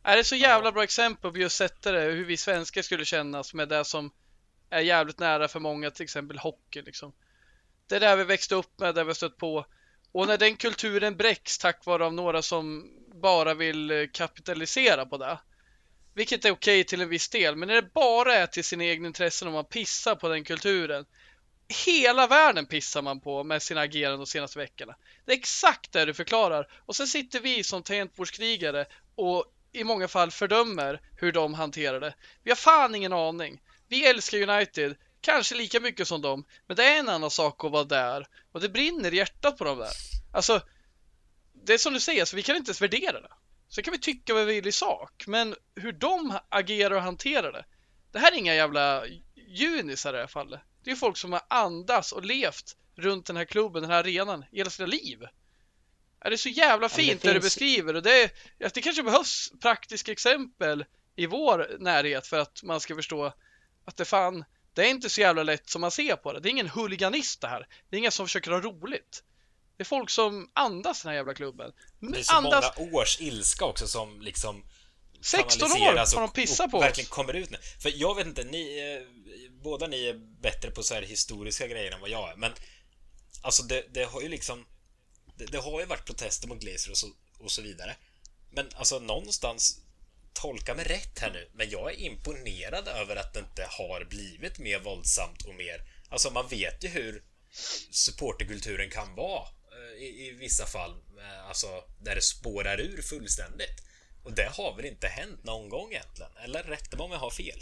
Är det så jävla bra exempel på just sätta det, hur vi svenskar skulle kännas med det som är jävligt nära för många, till exempel hockey liksom. Det är där vi växte upp med, där vi har stött på. Och när den kulturen bräcks tack vare av några som bara vill kapitalisera på det, vilket är okej till en viss del, men när det bara är till sina egna intressen och man pissar på den kulturen, hela världen pissar man på med sina agerande de senaste veckorna. Det är exakt det du förklarar. Och sen sitter vi som tangentbordskrigare och i många fall fördömer hur de hanterar det. Vi har fan ingen aning. Vi älskar United, kanske lika mycket som dem, men det är en annan sak att vara där. Och det brinner i hjärtat på dem där. Alltså, det är som du säger, så vi kan inte ens värdera det. Så kan vi tycka vad vi vill i sak, men hur de agerar och hanterar det, det här är inga jävla junisar i det här fallet. Det är folk som har andats och levt runt den här klubben, den här arenan i hela sina liv. Är det så jävla fint det, finns... det du beskriver, och det, är, det kanske behövs praktiska exempel i vår närhet för att man ska förstå att det fan, det är inte så jävla lätt som man ser på det. Det är ingen huliganist det här. Det är ingen som försöker ha roligt. Det är folk som andas den här jävla klubben. Det är så andas... många års ilska också som liksom sexton år har de pissat på oss. Verkligen kommer ut nu. För jag vet inte, ni eh, båda ni är bättre på så här historiska grejer än vad jag är. Men alltså det, det har ju liksom det, det har ju varit protester mot Glazer och så, och så vidare. Men alltså någonstans, tolka mig rätt här nu, men jag är imponerad över att det inte har blivit mer våldsamt och mer, alltså man vet ju hur supporterkulturen kan vara i, i vissa fall, alltså där det spårar ur fullständigt. Och det har väl inte hänt någon gång egentligen? Eller rätt om jag har fel?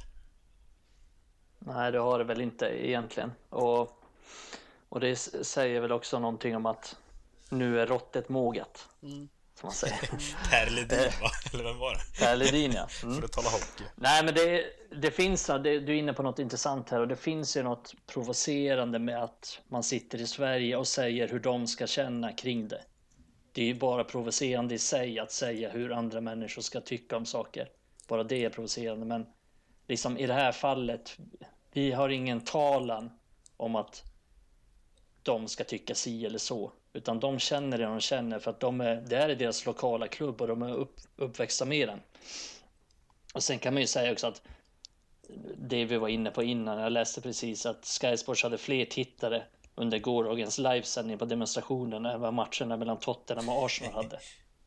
Nej, det har det väl inte egentligen. Och, och det säger väl också någonting om att nu är råttet mogat. Mm. Som man säger. Per Ledin, va? Eller vem var det? Per Ledin, ja. Mm. För att tala hockey. Nej, men det, det finns, det, du är inne på något intressant här. Och det finns ju något provocerande med att man sitter i Sverige och säger hur de ska känna kring det. Det är ju bara provocerande i sig att säga hur andra människor ska tycka om saker. Bara det är provocerande. Men liksom i det här fallet, vi har ingen talan om att de ska tycka si eller så. Utan de känner det de känner för att de är, det här är deras lokala klubb och de är upp, uppväxta med den. Och sen kan man ju säga också att det vi var inne på innan, jag läste precis att Sky Sports hade fler tittare under gårdagens livesändning på demonstrationen än vad matcherna mellan Tottenham och Arsenal hade.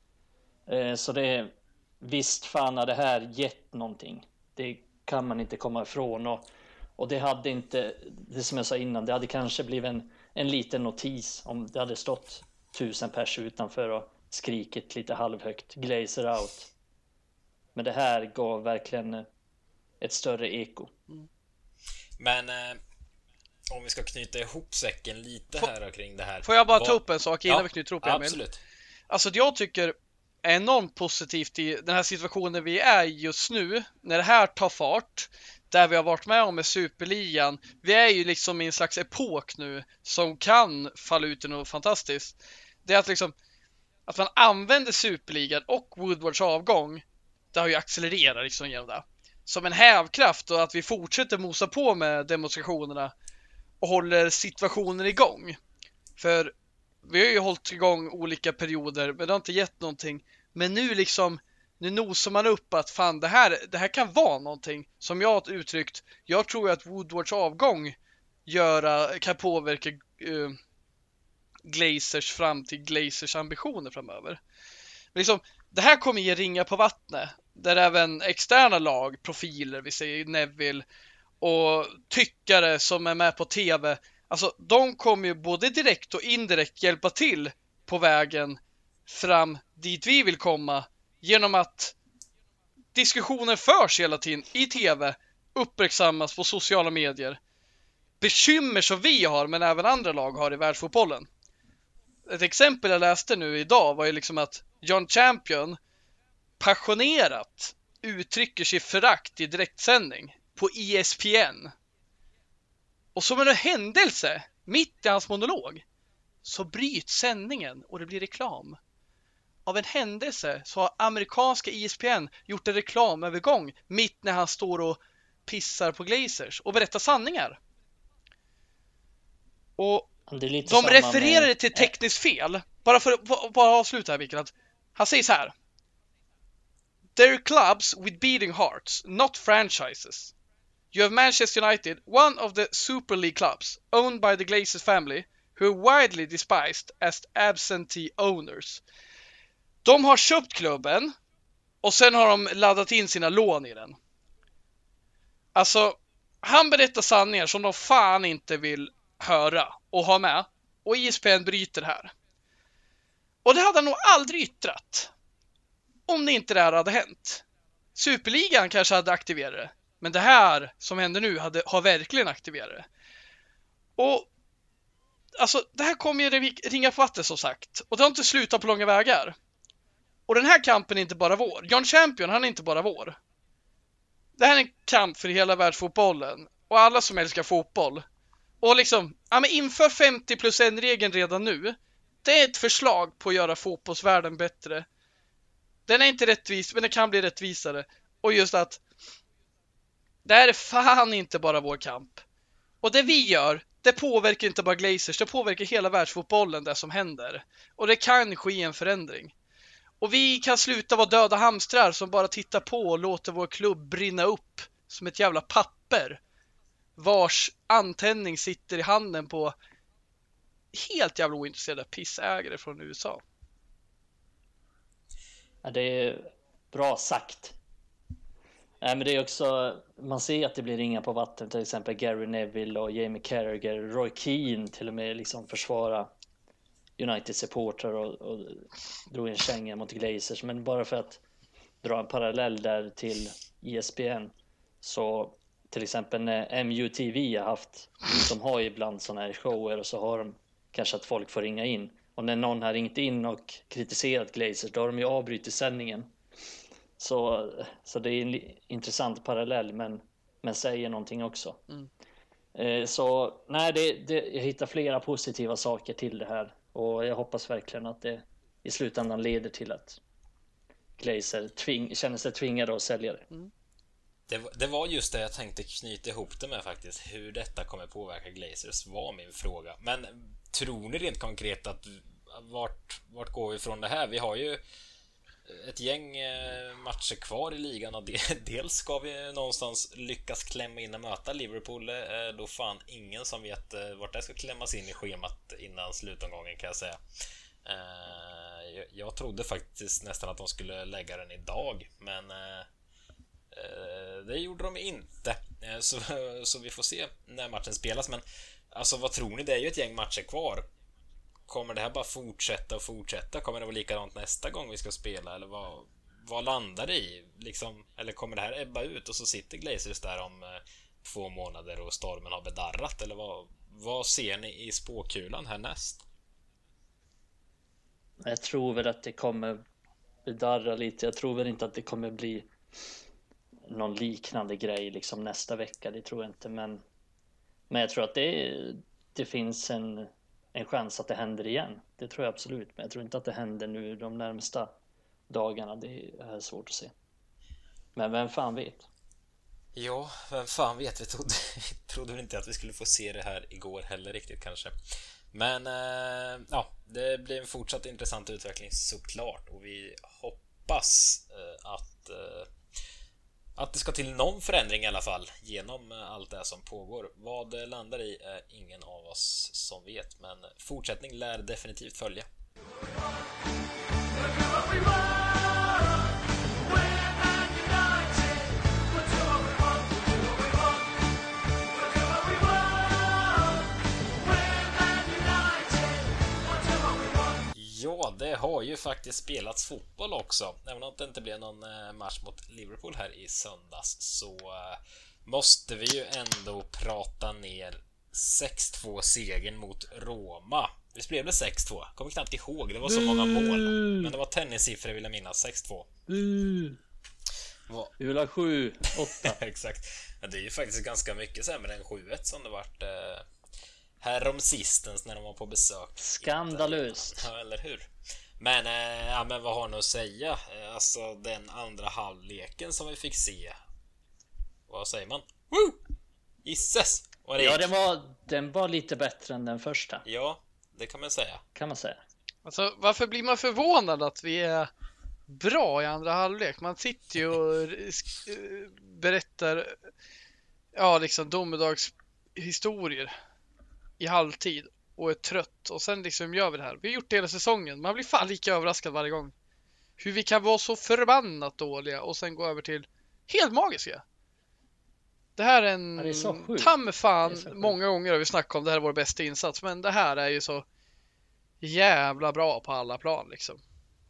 Eh, så det är, visst fan har det här gett någonting. Det kan man inte komma ifrån. Och, och det hade inte, det som jag sa innan, det hade kanske blivit en, en liten notis om det hade stått tusen pers utanför och skrikit lite halvhögt, Glazer out. Men det här gav verkligen ett större eko. Mm. Men eh, om vi ska knyta ihop säcken lite här och kring det här. Får jag bara Vad... ta upp en sak innan ja, vi knyter ihop det, Emil? Absolut. Alltså jag tycker enormt positivt i den här situationen vi är just nu, när det här tar fart, där vi har varit med om med Superligan. Vi är ju liksom i en slags epok nu som kan falla ut i något fantastiskt. Det är att liksom att man använder Superligan och Woodwards avgång, det har ju accelererat liksom genom det, som en hävkraft, och att vi fortsätter mosa på med demonstrationerna och håller situationen igång. För vi har ju hållit igång olika perioder, men det har inte gett någonting. Men nu liksom, nu nosar man upp att fan, det här, det här kan vara någonting. Som jag har uttryckt, jag tror att Woodwards avgång göra, kan påverka uh, Glazers framtid, Glazers ambitioner framöver. Men liksom, det här kommer ge ringar på vattnet, där även externa lag, profiler, vi säger Neville, och tyckare som är med på tv, alltså de kommer ju både direkt och indirekt hjälpa till på vägen fram dit vi vill komma, genom att diskussionen förs hela tiden i tv, uppmärksammas på sociala medier. Bekymmer som vi har, men även andra lag har i världsfotbollen. Ett exempel jag läste nu idag var ju liksom att John Champion passionerat uttrycker sig förakt i direktsändning på E S P N. Och som en händelse, mitt i hans monolog, så bryts sändningen och det blir reklam. Av en händelse så har amerikanska E S P N gjort en reklamövergång mitt när han står och pissar på Glazers och berättar sanningar. Och de refererar med... till tekniskt fel. Bara för att bara avsluta här, Mikael, att han säger så här: They're clubs with beating hearts, not franchises. You have Manchester United, one of the Super League clubs, owned by the Glazers family, who are widely despised as absentee owners. De har köpt klubben och sen har de laddat in sina lån i den. Alltså, han berättar sanningar som de fan inte vill höra och ha med. Och E S P N bryter här. Och det hade han nog aldrig yttrat om det inte det här hade hänt. Superligan kanske hade aktiverat det. Men det här som händer nu hade, har verkligen aktiverat det. Och alltså, det här kommer ju ringa på vatten som sagt. Och det har inte slutat på långa vägar. Och den här kampen är inte bara vår. John Champion, han är inte bara vår. Det här är en kamp för hela världsfotbollen. Och alla som älskar fotboll. Och liksom, ja men inför femtio plus en-regeln redan nu. Det är ett förslag på att göra fotbollsvärlden bättre. Den är inte rättvis, men den kan bli rättvisare. Och just att det här är fan inte bara vår kamp. Och det vi gör, det påverkar inte bara Glazers, det påverkar hela världsfotbollen, det som händer. Och det kan ske en förändring. Och vi kan sluta vara döda hamstrar som bara tittar på och låter vår klubb brinna upp som ett jävla papper. Vars antändning sitter i handen på helt jävla ointresserade pissägare från U S A. Ja, det är bra sagt. Nej, men det är också, man ser att det blir ringar på vatten, till exempel Gary Neville och Jamie Carragher, Roy Keane till och med liksom försvara United-supportrar och, och drog en känga mot Glazers. Men bara för att dra en parallell där till E S P N, så till exempel när M U T V har haft, de har ibland sådana här shower och så har de kanske att folk får ringa in. Och när någon har ringt in och kritiserat Glazers, då har de ju avbrutit sändningen. Så, så det är en intressant parallell, men, men säger någonting också. Mm. Eh, så nej, det, det, jag hittar flera positiva saker till det här. Och jag hoppas verkligen att det i slutändan leder till att Glazer tving, känner sig tvingade att sälja det. Mm. Det, det var just det jag tänkte knyta ihop det med faktiskt. Hur detta kommer påverka Glazers var min fråga. Men tror ni rent konkret att vart, vart går vi från det här? Vi har ju ett gäng matcher kvar i ligan och dels ska vi någonstans lyckas klämma in och möta Liverpool. Då fan ingen som vet vart det ska klämmas in i schemat innan slutomgången, kan jag säga. Jag trodde faktiskt nästan att de skulle lägga den idag, men det gjorde de inte. Så, så vi får se när matchen spelas. Men alltså, vad tror ni? Det är ju ett gäng matcher kvar. Kommer det här bara fortsätta och fortsätta? Kommer det vara likadant nästa gång vi ska spela? Eller vad, vad landar det i? Liksom, eller kommer det här ebba ut och så sitter Glazers där om eh, två månader och stormen har bedarrat? Eller vad, vad ser ni i spåkulan härnäst? Jag tror väl att det kommer bedarra lite. Jag tror väl inte att det kommer bli någon liknande grej liksom nästa vecka. Det tror jag inte. Men, men jag tror att det, det finns en... en chans att det händer igen. Det tror jag absolut. Men jag tror inte att det händer nu de närmsta dagarna. Det är svårt att se. Men vem fan vet? Ja, vem fan vet. Vi trodde, vi trodde inte att vi skulle få se det här igår heller riktigt kanske. Men eh, ja, det blir en fortsatt intressant utveckling såklart. Och vi hoppas eh, att eh, att det ska till någon förändring i alla fall genom allt det som pågår. Vad det landar i är ingen av oss som vet, men fortsättning lär definitivt följa. Ja, det har ju faktiskt spelats fotboll också. Även om det inte blev någon match mot Liverpool här i söndags, så måste vi ju ändå prata ner sex två segern mot Roma. Visst blev det sex två? Kommer knappt ihåg, det var så många mål. Men det var tennissiffror vill jag minnas, sex två. Mm. Vi vill ha sju åtta. Exakt. Men det är ju faktiskt ganska mycket sämre än sju ett som det vart eh, här om sistens när de var på besök. Skandalöst. Ja, eller hur? Men, eh, ja, men vad har ni att säga? Alltså den andra halvleken som vi fick se. Vad säger man? Woo! Isses! Ja, den var, den var lite bättre än den första. Ja, det kan man säga. Kan man säga. Alltså, varför blir man förvånad att vi är bra i andra halvlek. Man sitter ju och berättar ja, liksom domedagshistorier i halvtid och är trött. Och sen liksom gör vi det här. Vi har gjort det hela säsongen. Man blir fan lika överraskad varje gång. Hur vi kan vara så förbannat dåliga och sen gå över till helt magiska. Det här är en ja, tamme fan många gånger har vi snackat om det här är vår bästa insats. Men det här är ju så jävla bra på alla plan liksom.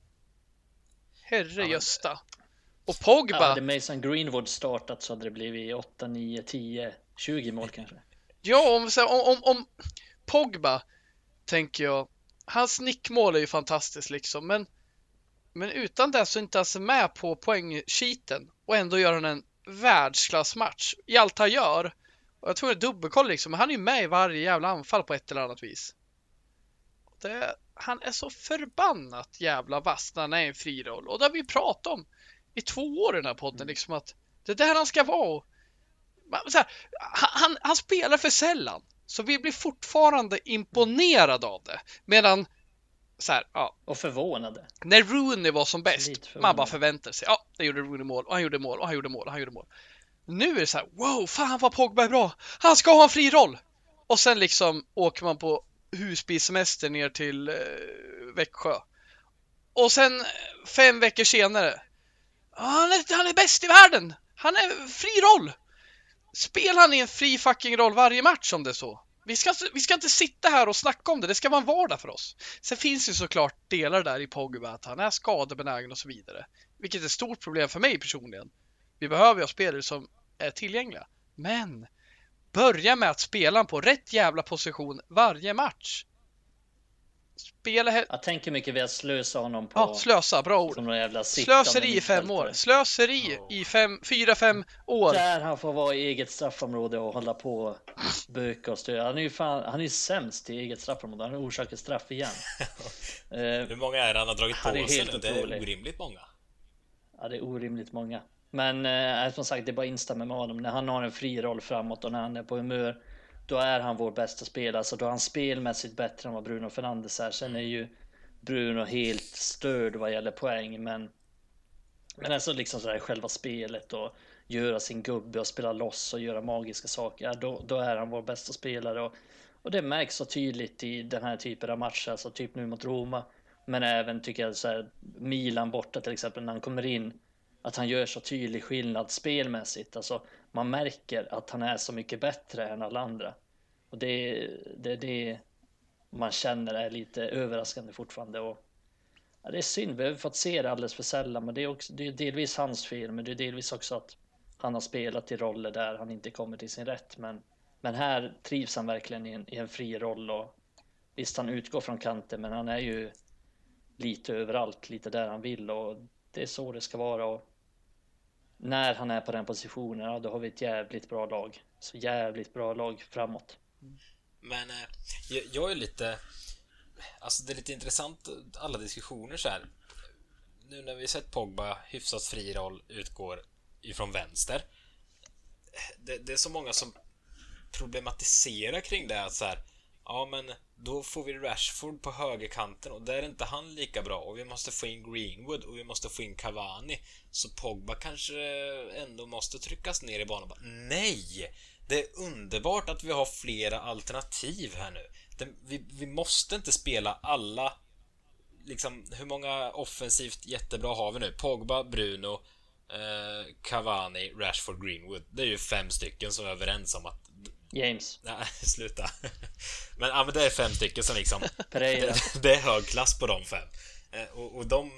Herre Gösta. Och Pogba. Ja, hade Mason Greenwood startat så hade det blivit åtta, nio, tio, tjugo mål kanske. Ja, om, om, om, om Pogba tänker jag. Hans nickmål är ju fantastiskt liksom. Men, men utan det så är inte ens med på poängsheeten. Och ändå gör han en världsklassmatch i allt han gör. Och jag tror det är dubbelkoll liksom. Men han är ju med i varje jävla anfall på ett eller annat vis. Det, han är så förbannat jävla vass när han är en fri roll. Och det har vi pratat om i två år i den här podden. Liksom att det är där han ska vara. Så här, han, han spelar för sällan. Så vi blir fortfarande imponerade av det. Medan så här, ja. Och förvånade. När Rooney var som bäst. Man bara förväntar sig. Ja, det gjorde Rooney mål. Och han gjorde mål. Och han gjorde mål. Och han gjorde mål. Nu är det så här. Wow, fan vad Pogba är bra. Han ska ha en fri roll. Och sen liksom åker man på husbilsemester ner till eh, Växjö. Och sen fem veckor senare. Han är, han är bäst i världen. Han är fri roll. Spelar han i en fri fucking roll varje match om det är så. Vi ska, vi ska inte sitta här och snacka om det. Det ska vara en vardag för oss. Sen finns ju såklart delar där i Pogba att han är skadebenägen och så vidare. Vilket är ett stort problem för mig personligen. Vi behöver ju spelare som är tillgängliga. Men börja med att spela på rätt jävla position varje match. Spela he- Jag tänker mycket vi har slösa honom på. Ja, slösa, bra ord. Slöseri i fem år. Slöseri oh. i fem, fyra, fem år. Där han får vara i eget straffområde och hålla på böka och stöd. Han är ju fan, han är ju sämst i eget straffområde. Han har orsakat straff igen. Hur många är det han har dragit på sig nu? Det är orimligt många. Ja, det är orimligt många. Men eh, som sagt, det är bara instämma med honom. När han har en fri roll framåt och när han är på humör, då är han vår bästa spelare. Så då är han spelmässigt bättre än vad Bruno Fernandes är. Sen är ju Bruno helt störd vad gäller poäng. Men, men alltså liksom sådär själva spelet och göra sin gubbe och spela loss och göra magiska saker. Ja, då, då är han vår bästa spelare. Och, och det märks så tydligt i den här typen av matcher. Alltså typ nu mot Roma. Men även tycker jag så här, Milan borta till exempel när han kommer in. Att han gör så tydlig skillnad spelmässigt. Alltså man märker att han är så mycket bättre än alla andra. Och det är det, det man känner är lite överraskande fortfarande. Och, ja, det är synd, vi har fått se det alldeles för sällan. Men det är, också, det är delvis hans fel. Men det är delvis också att han har spelat i roller där han inte kommer till sin rätt. Men, men här trivs han verkligen i en, i en fri roll. Och visst, han utgår från kanten, men han är ju lite överallt, lite där han vill. Och det är så det ska vara. Och när han är på den positionen, ja, då har vi ett jävligt bra lag. Så jävligt bra lag framåt. Men eh, jag, jag är lite, alltså det är lite intressant alla diskussioner så här. Nu när vi sett Pogba hyfsat fri roll utgår ifrån vänster. Det, det är så många som problematiserar kring det att så här, ja men då får vi Rashford på högerkanten och där är inte han lika bra och vi måste få in Greenwood och vi måste få in Cavani, så Pogba kanske ändå måste tryckas ner i banan. Nej! Det är underbart att vi har flera alternativ här nu. Det, vi, vi måste inte spela alla liksom, hur många offensivt jättebra har vi nu? Pogba, Bruno, eh, Cavani, Rashford, Greenwood. Det är ju fem stycken som är överens om att James. Nej, sluta. Men, ja, men det är fem stycken som liksom det, det är hög klass på de fem. eh, och, och de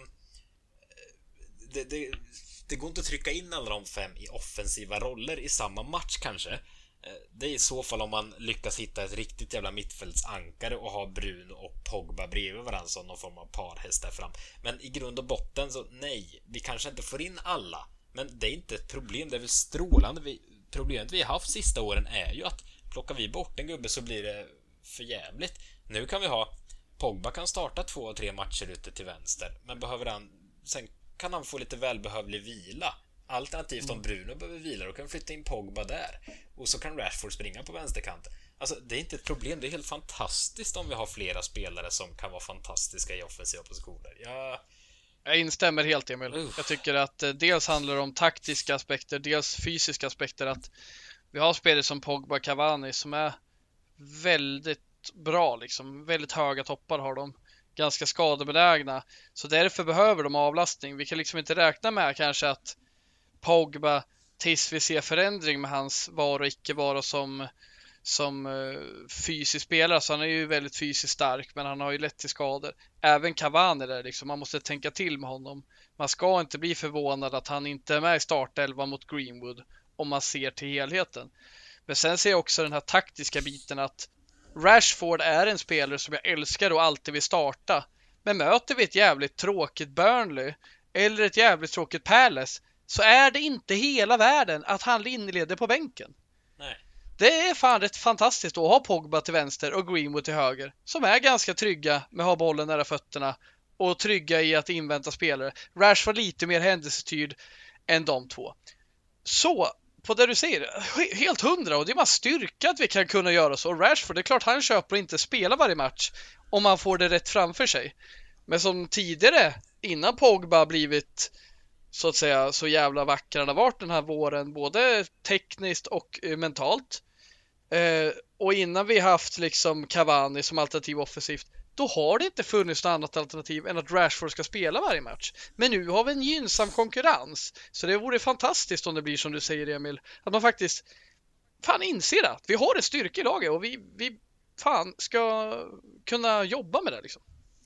det, det, det går inte att trycka in alla de fem i offensiva roller i samma match kanske. eh, Det är i så fall om man lyckas hitta ett riktigt jävla mittfältsankare och ha Bruno och Pogba bredvid varandra som någon form av parhäst där fram. Men i grund och botten så nej, vi kanske inte får in alla. Men det är inte ett problem, det är väl strålande. vi Problemet vi har haft sista åren är ju att plockar vi bort en gubbe så blir det för jävligt. Nu kan vi ha Pogba kan starta två och tre matcher ute till vänster, men behöver han, sen kan han få lite välbehövlig vila. Alternativt om Bruno behöver vila, då kan vi flytta in Pogba där och så kan Rashford springa på vänsterkanten. Alltså det är inte ett problem, det är helt fantastiskt om vi har flera spelare som kan vara fantastiska i offensiva positioner. Jag, Jag instämmer helt, Emil. Uh. Jag tycker att eh, dels handlar det om taktiska aspekter, dels fysiska aspekter. Att vi har spelare som Pogba, Cavani som är väldigt bra, liksom. Väldigt höga toppar har de. Ganska skadebenägna. Så därför behöver de avlastning. Vi kan liksom inte räkna med kanske att Pogba, tills vi ser förändring med hans vara och icke vara som, som uh, fysisk spelare. Så han är ju väldigt fysiskt stark, men han har ju lätt till skador. Även Cavani där, liksom. Man måste tänka till med honom. Man ska inte bli förvånad att han inte är med i startelva mot Greenwood om man ser till helheten. Men sen ser jag också den här taktiska biten att Rashford är en spelare som jag älskar och alltid vill starta. Men möter vi ett jävligt tråkigt Burnley eller ett jävligt tråkigt Palace, så är det inte hela världen att han inleder på bänken. Nej. Det är fan rätt fantastiskt att ha Pogba till vänster och Greenwood till höger, som är ganska trygga med att ha bollen nära fötterna och trygga i att invänta spelare. Rashford lite mer händelsetyrd än de två. Så på det du säger, helt hundra, och det är bara styrka att vi kan kunna göra så. Rashford, det är klart han köper och inte spela varje match om man får det rätt framför sig. Men som tidigare, innan Pogba blivit så att säga så jävla vacker han har varit den här våren, både tekniskt och eh, mentalt, eh, och innan vi haft liksom Cavani som alternativ offensivt, då har det inte funnits något annat alternativ än att Rashford ska spela varje match. Men nu har vi en gynnsam konkurrens. Så det vore fantastiskt om det blir som du säger, Emil. Att man faktiskt fan inser att vi har en styrka i laget och vi, vi fan ska kunna jobba med det liksom.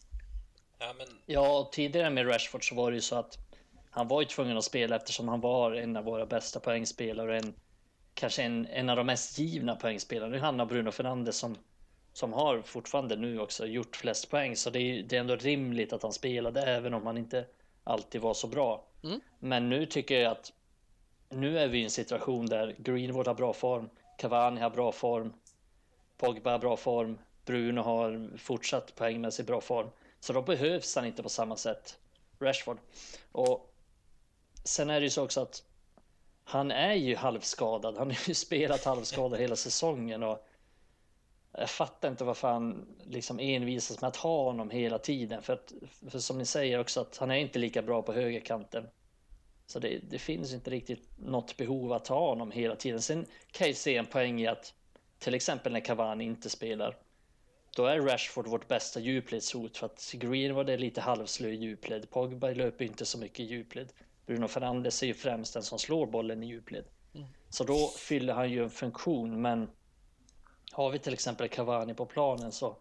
Ja, men... Ja, tidigare med Rashford så var det ju så att han var ju tvungen att spela eftersom han var en av våra bästa poängspelare och en, kanske en, en av de mest givna poängspelare. Nu handlar Bruno Fernandes som som har fortfarande nu också gjort flest poäng, så det är, det är ändå rimligt att han spelade även om han inte alltid var så bra. Mm. Men nu tycker jag att nu är vi i en situation där Greenwood har bra form, Cavani har bra form, Pogba har bra form, Bruno har fortsatt poängmässigt bra form, så då behövs han inte på samma sätt, Rashford. Och sen är det ju så också att han är ju halvskadad, han har ju spelat halvskadad hela säsongen och jag fattar inte varför han liksom envisas med att ha honom hela tiden. För, att, för som ni säger också att han är inte lika bra på högerkanten. Så det, det finns inte riktigt något behov att ha honom hela tiden. Sen kan jag se en poäng i att till exempel när Cavani inte spelar, då är Rashford vårt bästa djupledshot. För att Greenwood är lite halvslö i djupled. Pogba löper inte så mycket i djupled. Bruno Fernandes är ju främst den som slår bollen i djupled. Mm. Så då fyller han ju en funktion, men har vi till exempel Cavani på planen så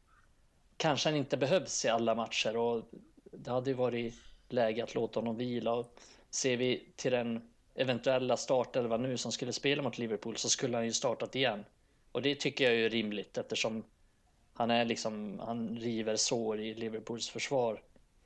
kanske han inte behövs i alla matcher och det hade ju varit läge att låta honom vila. Och ser vi till den eventuella startelva nu som skulle spela mot Liverpool så skulle han ju startat igen. Och det tycker jag är rimligt eftersom han är liksom, han river sår i Liverpools försvar.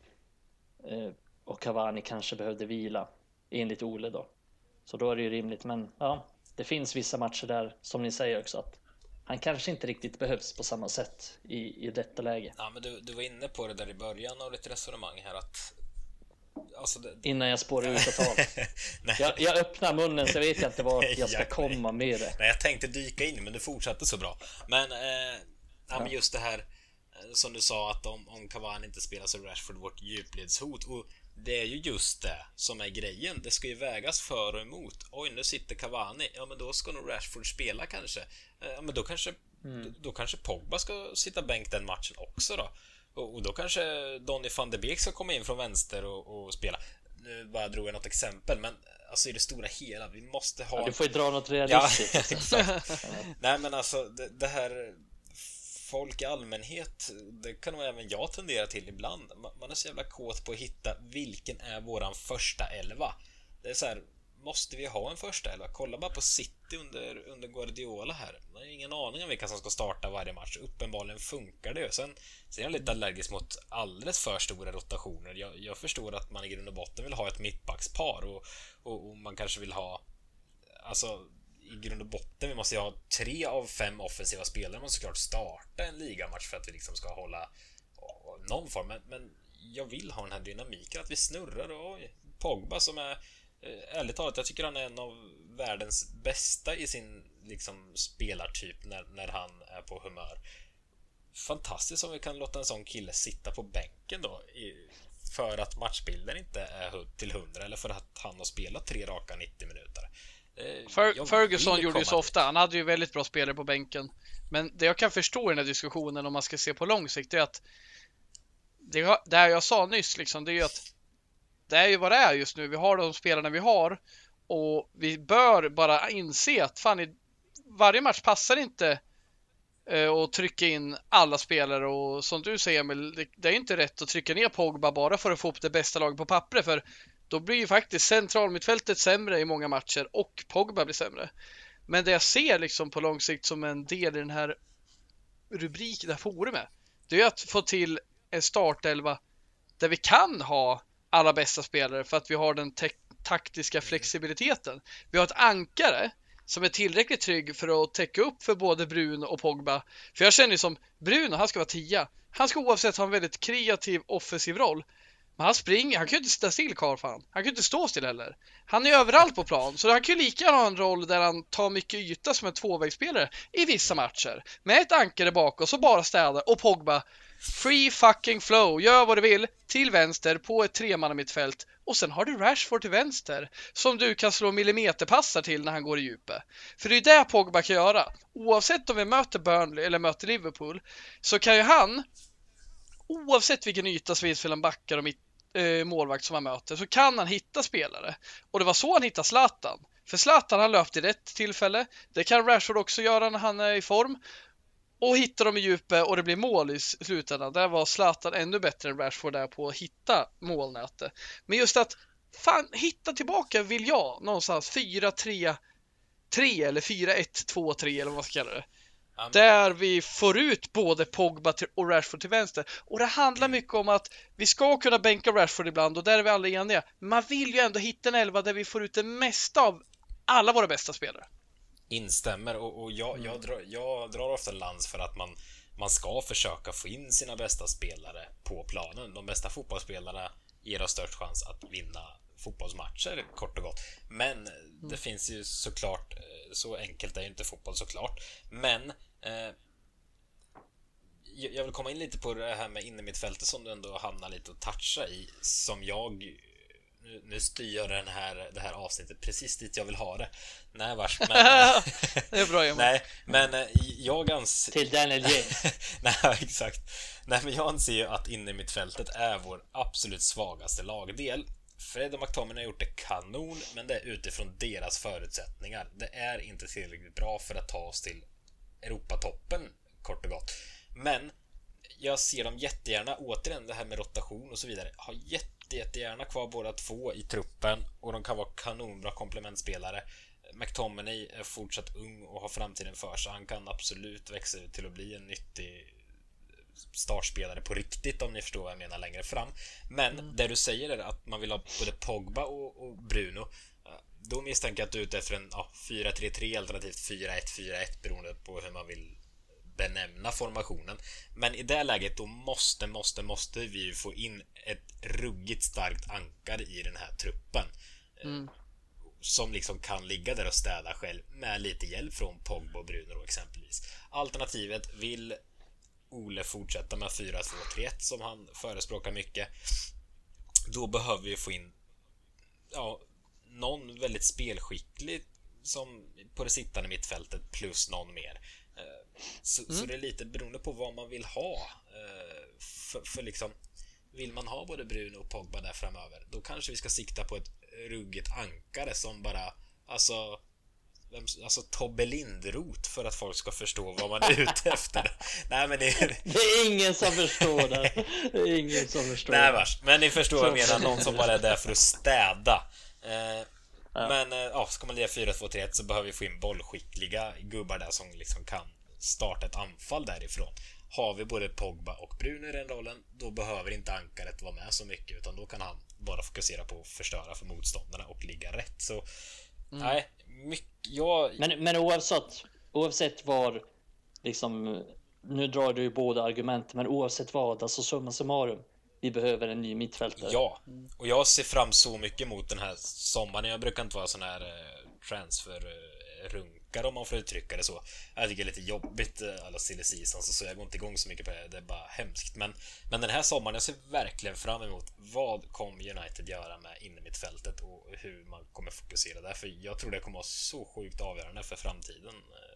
Eh, och Cavani kanske behövde vila enligt Ole då. Så då är det ju rimligt, men ja, det finns vissa matcher där som ni säger också att han kanske inte riktigt behövs på samma sätt i, i detta läge. Ja, men du, du var inne på det där i början av ditt resonemang här att alltså det... Innan jag spårar ut totalt. jag, jag öppnar munnen så vet jag inte vad jag ska jag, komma med det. Nej, jag tänkte dyka in men du fortsatte så bra. Men, eh, ja, men just det här som du sa att om, om Cavani inte spelar så är Rashford vårt djupledshot, och det är ju just det som är grejen. Det ska ju vägas för och emot. Oj, nu sitter Cavani. Ja, men då ska nog Rashford spela kanske. Ja, men då kanske, mm. då, då kanske Pogba ska sitta bänk den matchen också då. Och, och då kanske Donny van de Beek ska komma in från vänster och, och spela. Nu bara drog jag något exempel, men alltså i det stora hela, vi måste ha... Ja, du får ju dra något realistiskt. Ja, nej, men alltså det, det här... Folk i allmänhet, det kan nog även jag tendera till ibland. Man är så jävla kåt på att hitta vilken är våran första elva. Det är så här, måste vi ha en första elva? Kolla bara på City under, under Guardiola här. Man har ingen aning om vilka som ska starta varje match. Uppenbarligen funkar det. Sen, sen är jag lite allergisk mot alldeles för stora rotationer. Jag, jag förstår att man i grund och botten vill ha ett mittbackspar och, och, och man kanske vill ha, alltså i grund och botten, vi måste ju ha tre av fem offensiva spelare. Man måste såklart starta en ligamatch för att vi liksom ska hålla någon form, men, men jag vill ha den här dynamiken, att vi snurrar. Och Pogba som är, ärligt talat, jag tycker han är en av världens bästa i sin liksom spelartyp när, när han är på humör. Fantastiskt om vi kan låta en sån kille sitta på bänken då i, för att matchbilden inte är till hundra eller för att han har spelat tre raka nittio minuter. Fer- Ferguson gjorde ju så ofta. Han hade ju väldigt bra spelare på bänken. Men det jag kan förstå i den här diskussionen, om man ska se på lång sikt, är att det, det här jag sa nyss liksom, det är ju att det är ju vad det är just nu. Vi har de spelarna vi har, och vi bör bara inse att fan, i varje match passar inte eh, att trycka in alla spelare. Och som du säger, Emil, det, det är inte rätt att trycka ner Pogba bara för att få upp det bästa laget på pappret, för då blir ju faktiskt centralmittfältet sämre i många matcher och Pogba blir sämre. Men det jag ser liksom på lång sikt som en del i den här rubriken, det här forumet, det är att få till en startelva där vi kan ha alla bästa spelare, för att vi har den te- taktiska flexibiliteten. Vi har ett ankare som är tillräckligt trygg för att täcka upp för både Bruno och Pogba. För jag känner ju som Bruno, han ska vara tia. Han ska oavsett ha en väldigt kreativ, offensiv roll. Men han springer, han kan ju inte stå still, Karl, fan. Han kan ju inte stå still heller. Han är överallt på plan, så han kan ju lika gärna ha en roll där han tar mycket yta som en tvåvägsspelare i vissa matcher. Med ett ankare bak och så bara städar, och Pogba free fucking flow, gör vad du vill till vänster på ett tremannamittfält, och sen har du Rashford till vänster som du kan slå millimeterpassar till när han går i djupet. För det är det Pogba kan göra. Oavsett om vi möter Burnley eller möter Liverpool, så kan ju han, oavsett vilken yta Svidsfällan backar och mitt, eh, målvakt som han möter, så kan han hitta spelare. Och det var så han hittade Zlatan. För Zlatan, han löpte i rätt tillfälle. Det kan Rashford också göra när han är i form. Och hittar dem i djupet och det blir mål i slutändan. Där var Zlatan ännu bättre än Rashford där på att hitta målnätet. Men just att fan, hitta tillbaka vill jag någonstans fyra tre tre eller fyra ett två tre eller vad man ska kalla det. Amen. Där vi får ut både Pogba och Rashford till vänster. Och det handlar mycket om att vi ska kunna bänka Rashford ibland, och där är vi alla eniga. Men man vill ju ändå hitta en elva där vi får ut det mesta av alla våra bästa spelare. Instämmer, och, och jag, jag, drar, jag drar ofta lans för att man, man ska försöka få in sina bästa spelare på planen. De bästa fotbollsspelarna ger oss störst chans att vinna fotbollsmatcher, kort och gott. Men mm. det finns ju såklart, så enkelt är ju inte fotboll såklart. Men eh, jag vill komma in lite på det här med innermittfältet som du ändå hamnar lite och toucha i, som jag nu, nu styr den här, det här avsnittet precis dit jag vill ha det. Nej, vars, men det är bra, Emil. Nej, men jag anser till Daniel James. Nej, exakt. Nej, men jag anser ju att innermittfältet är vår absolut svagaste lagdel. Fred och McTominay har gjort det kanon, men det är utifrån deras förutsättningar. Det är inte tillräckligt bra för att ta oss till Europatoppen, kort och gott. Men jag ser dem jättegärna, återigen det här med rotation och så vidare, har jätte, jättegärna kvar båda två i truppen, och de kan vara kanonbra komplementspelare. McTominay är fortsatt ung och har framtiden för sig. Han kan absolut växa ut till att bli en nyttig startspelare på riktigt, om ni förstår vad jag menar längre fram. Men mm. det du säger är att man vill ha både Pogba och, och Bruno. Då misstänker jag att du är ute efter en ja, fyra tre tre alternativt fyra ett fyra ett beroende på hur man vill benämna formationen. Men i det läget då måste, måste, måste vi få in ett ruggigt starkt ankare i den här truppen. Mm. Som liksom kan ligga där och städa själv med lite hjälp från Pogba och Bruno exempelvis. Alternativet, vill Ole fortsätta med fyra två tre ett som han förespråkar mycket, då behöver vi få in ja, någon väldigt spelskicklig som på det sittande mittfältet plus någon mer. Så, mm. så det är lite beroende på vad man vill ha. För, för liksom, vill man ha både Bruno och Pogba där framöver, då kanske vi ska sikta på ett ruggigt ankare som bara, alltså Alltså Tobbe Lindroth, för att folk ska förstå vad man är ute efter. Nej, men det är... det är ingen som förstår det. Det är ingen som förstår. Nej, vars. Men ni förstår vad jag menar, någon som bara är där för att städa. Eh, ja. Men eh, ja, ska man lira fyra två tre ett så behöver vi få in bollskickliga gubbar där som liksom kan starta ett anfall därifrån. Har vi både Pogba och Bruno i den rollen, då behöver inte ankaret vara med så mycket, utan då kan han bara fokusera på att förstöra för motståndarna och ligga rätt. Så mm. nej, mycket, jag... men, men oavsett oavsett var liksom, nu drar du ju båda argument, men oavsett vad, alltså summa summarum, vi behöver en ny mittfältare. Ja, och jag ser fram så mycket mot den här sommaren. Jag brukar inte vara sån här eh, transfer eh, runk suckar, om man får uttrycka det så. Jag tycker det är lite jobbigt, alla silly seasons, så jag går inte igång så mycket på det. Det är bara hemskt. Men, men den här sommaren, jag ser verkligen fram emot vad kommer United göra med innermittfältet och hur man kommer fokusera där. För jag tror det kommer vara så sjukt avgörande för framtiden.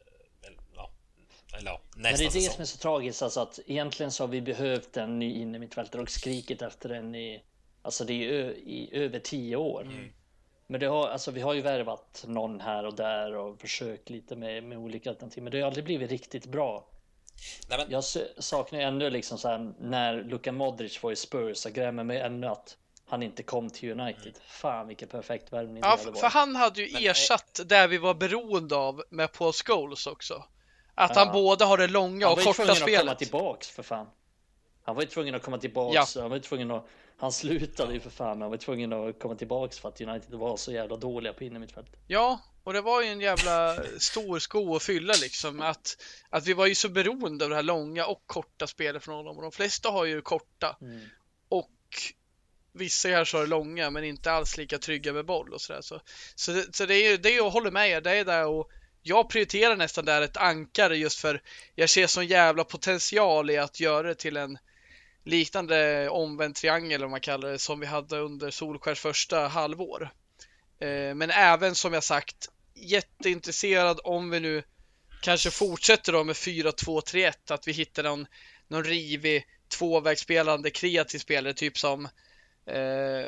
Ja, eller ja, men det är det som är så tragiskt, alltså att egentligen så har vi behövt en ny innermittfältare och skrikit efter den i, alltså det är ö, i över tio år. Mm. Men det har, alltså vi har ju värvat någon här och där och försökt lite med, med olika alternativ, men det har aldrig blivit riktigt bra. Nej, men... Jag saknar ännu liksom så här, när Luka Modric var i Spurs, så grämer mig ännu att han inte kom till United. Mm. Fan, vilken perfekt värvning. Ja, för han hade ju men, ersatt äh... där vi var beroende av med Paul Scholes också. Att ja. han både har det långa och korta spelet. Han var ju tvungen att komma tillbaks för fan. Han var ju tvungen att komma tillbaks. Ja. Han var ju tvungen att Han slutade ju för fan. Han var tvungen att komma tillbaks för att United var så jävla dåliga på innermittfältet. Ja, och det var ju en jävla stor sko att fylla liksom. Att, att vi var ju så beroende av det här långa och korta spelet från honom. Och de flesta har ju korta. Mm. Och vissa här har långa, men inte alls lika trygga med boll och sådär. Så, så, det, så det är ju det jag håller med er. Det är där, och jag prioriterar nästan där ett ankare just för jag ser sån jävla potential i att göra det till en liknande omvänd triangel, om man kallar det, som vi hade under Solskärs första halvår. Eh, men även, som jag sagt, jätteintresserad om vi nu kanske fortsätter då med fyra två tre ett, att vi hittar någon, någon rivig tvåvägsspelande kreativ spelare, typ som eh,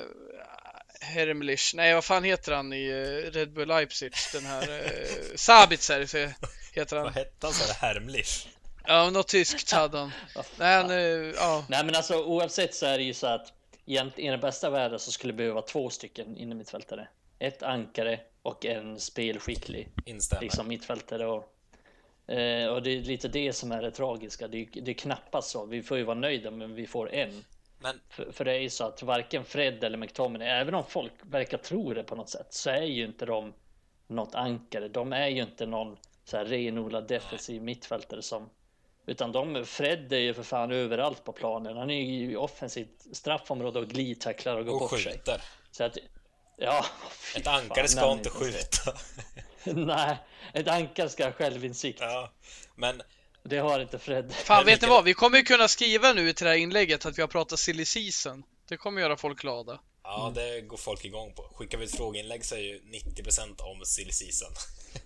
Hermlich. Nej, vad fan heter han i Red Bull Leipzig? Den här eh, Sabitzer heter han. Vad hette han, så det Hermlich? Ja, något tyskt hade han. Nej, nu, ja. Nej, men alltså oavsett så är det ju så att i den bästa världen så skulle det behöva två stycken inom mittfältare. Ett ankare och en spelskicklig liksom mittfältare. Och, eh, och det är lite det som är det tragiska. Det är, det är knappast så. Vi får ju vara nöjda, men vi får en. Men... För, för det är ju så att varken Fred eller McTominay, även om folk verkar tro det på något sätt, så är ju inte de något ankare. De är ju inte någon så här renodlad defensiv mittfältare som... Utan de, Fred är ju för fan överallt på planen. Han är ju i offensivt straffområde och glidtacklar och går och bort skjuter. Sig. Så att, ja, ett ankare ska inte skjuta. Nej, ett ankare ska ha självinsikt. Ja, men det har inte Fred. Fan, vet ni vad? Vi kommer ju kunna skriva nu till det här inlägget att vi har pratat silly season. Det kommer göra folk glada. Ja, mm. Det går folk igång på. Skickar vi ett frågeinlägg så är ju nittio procent om silly season.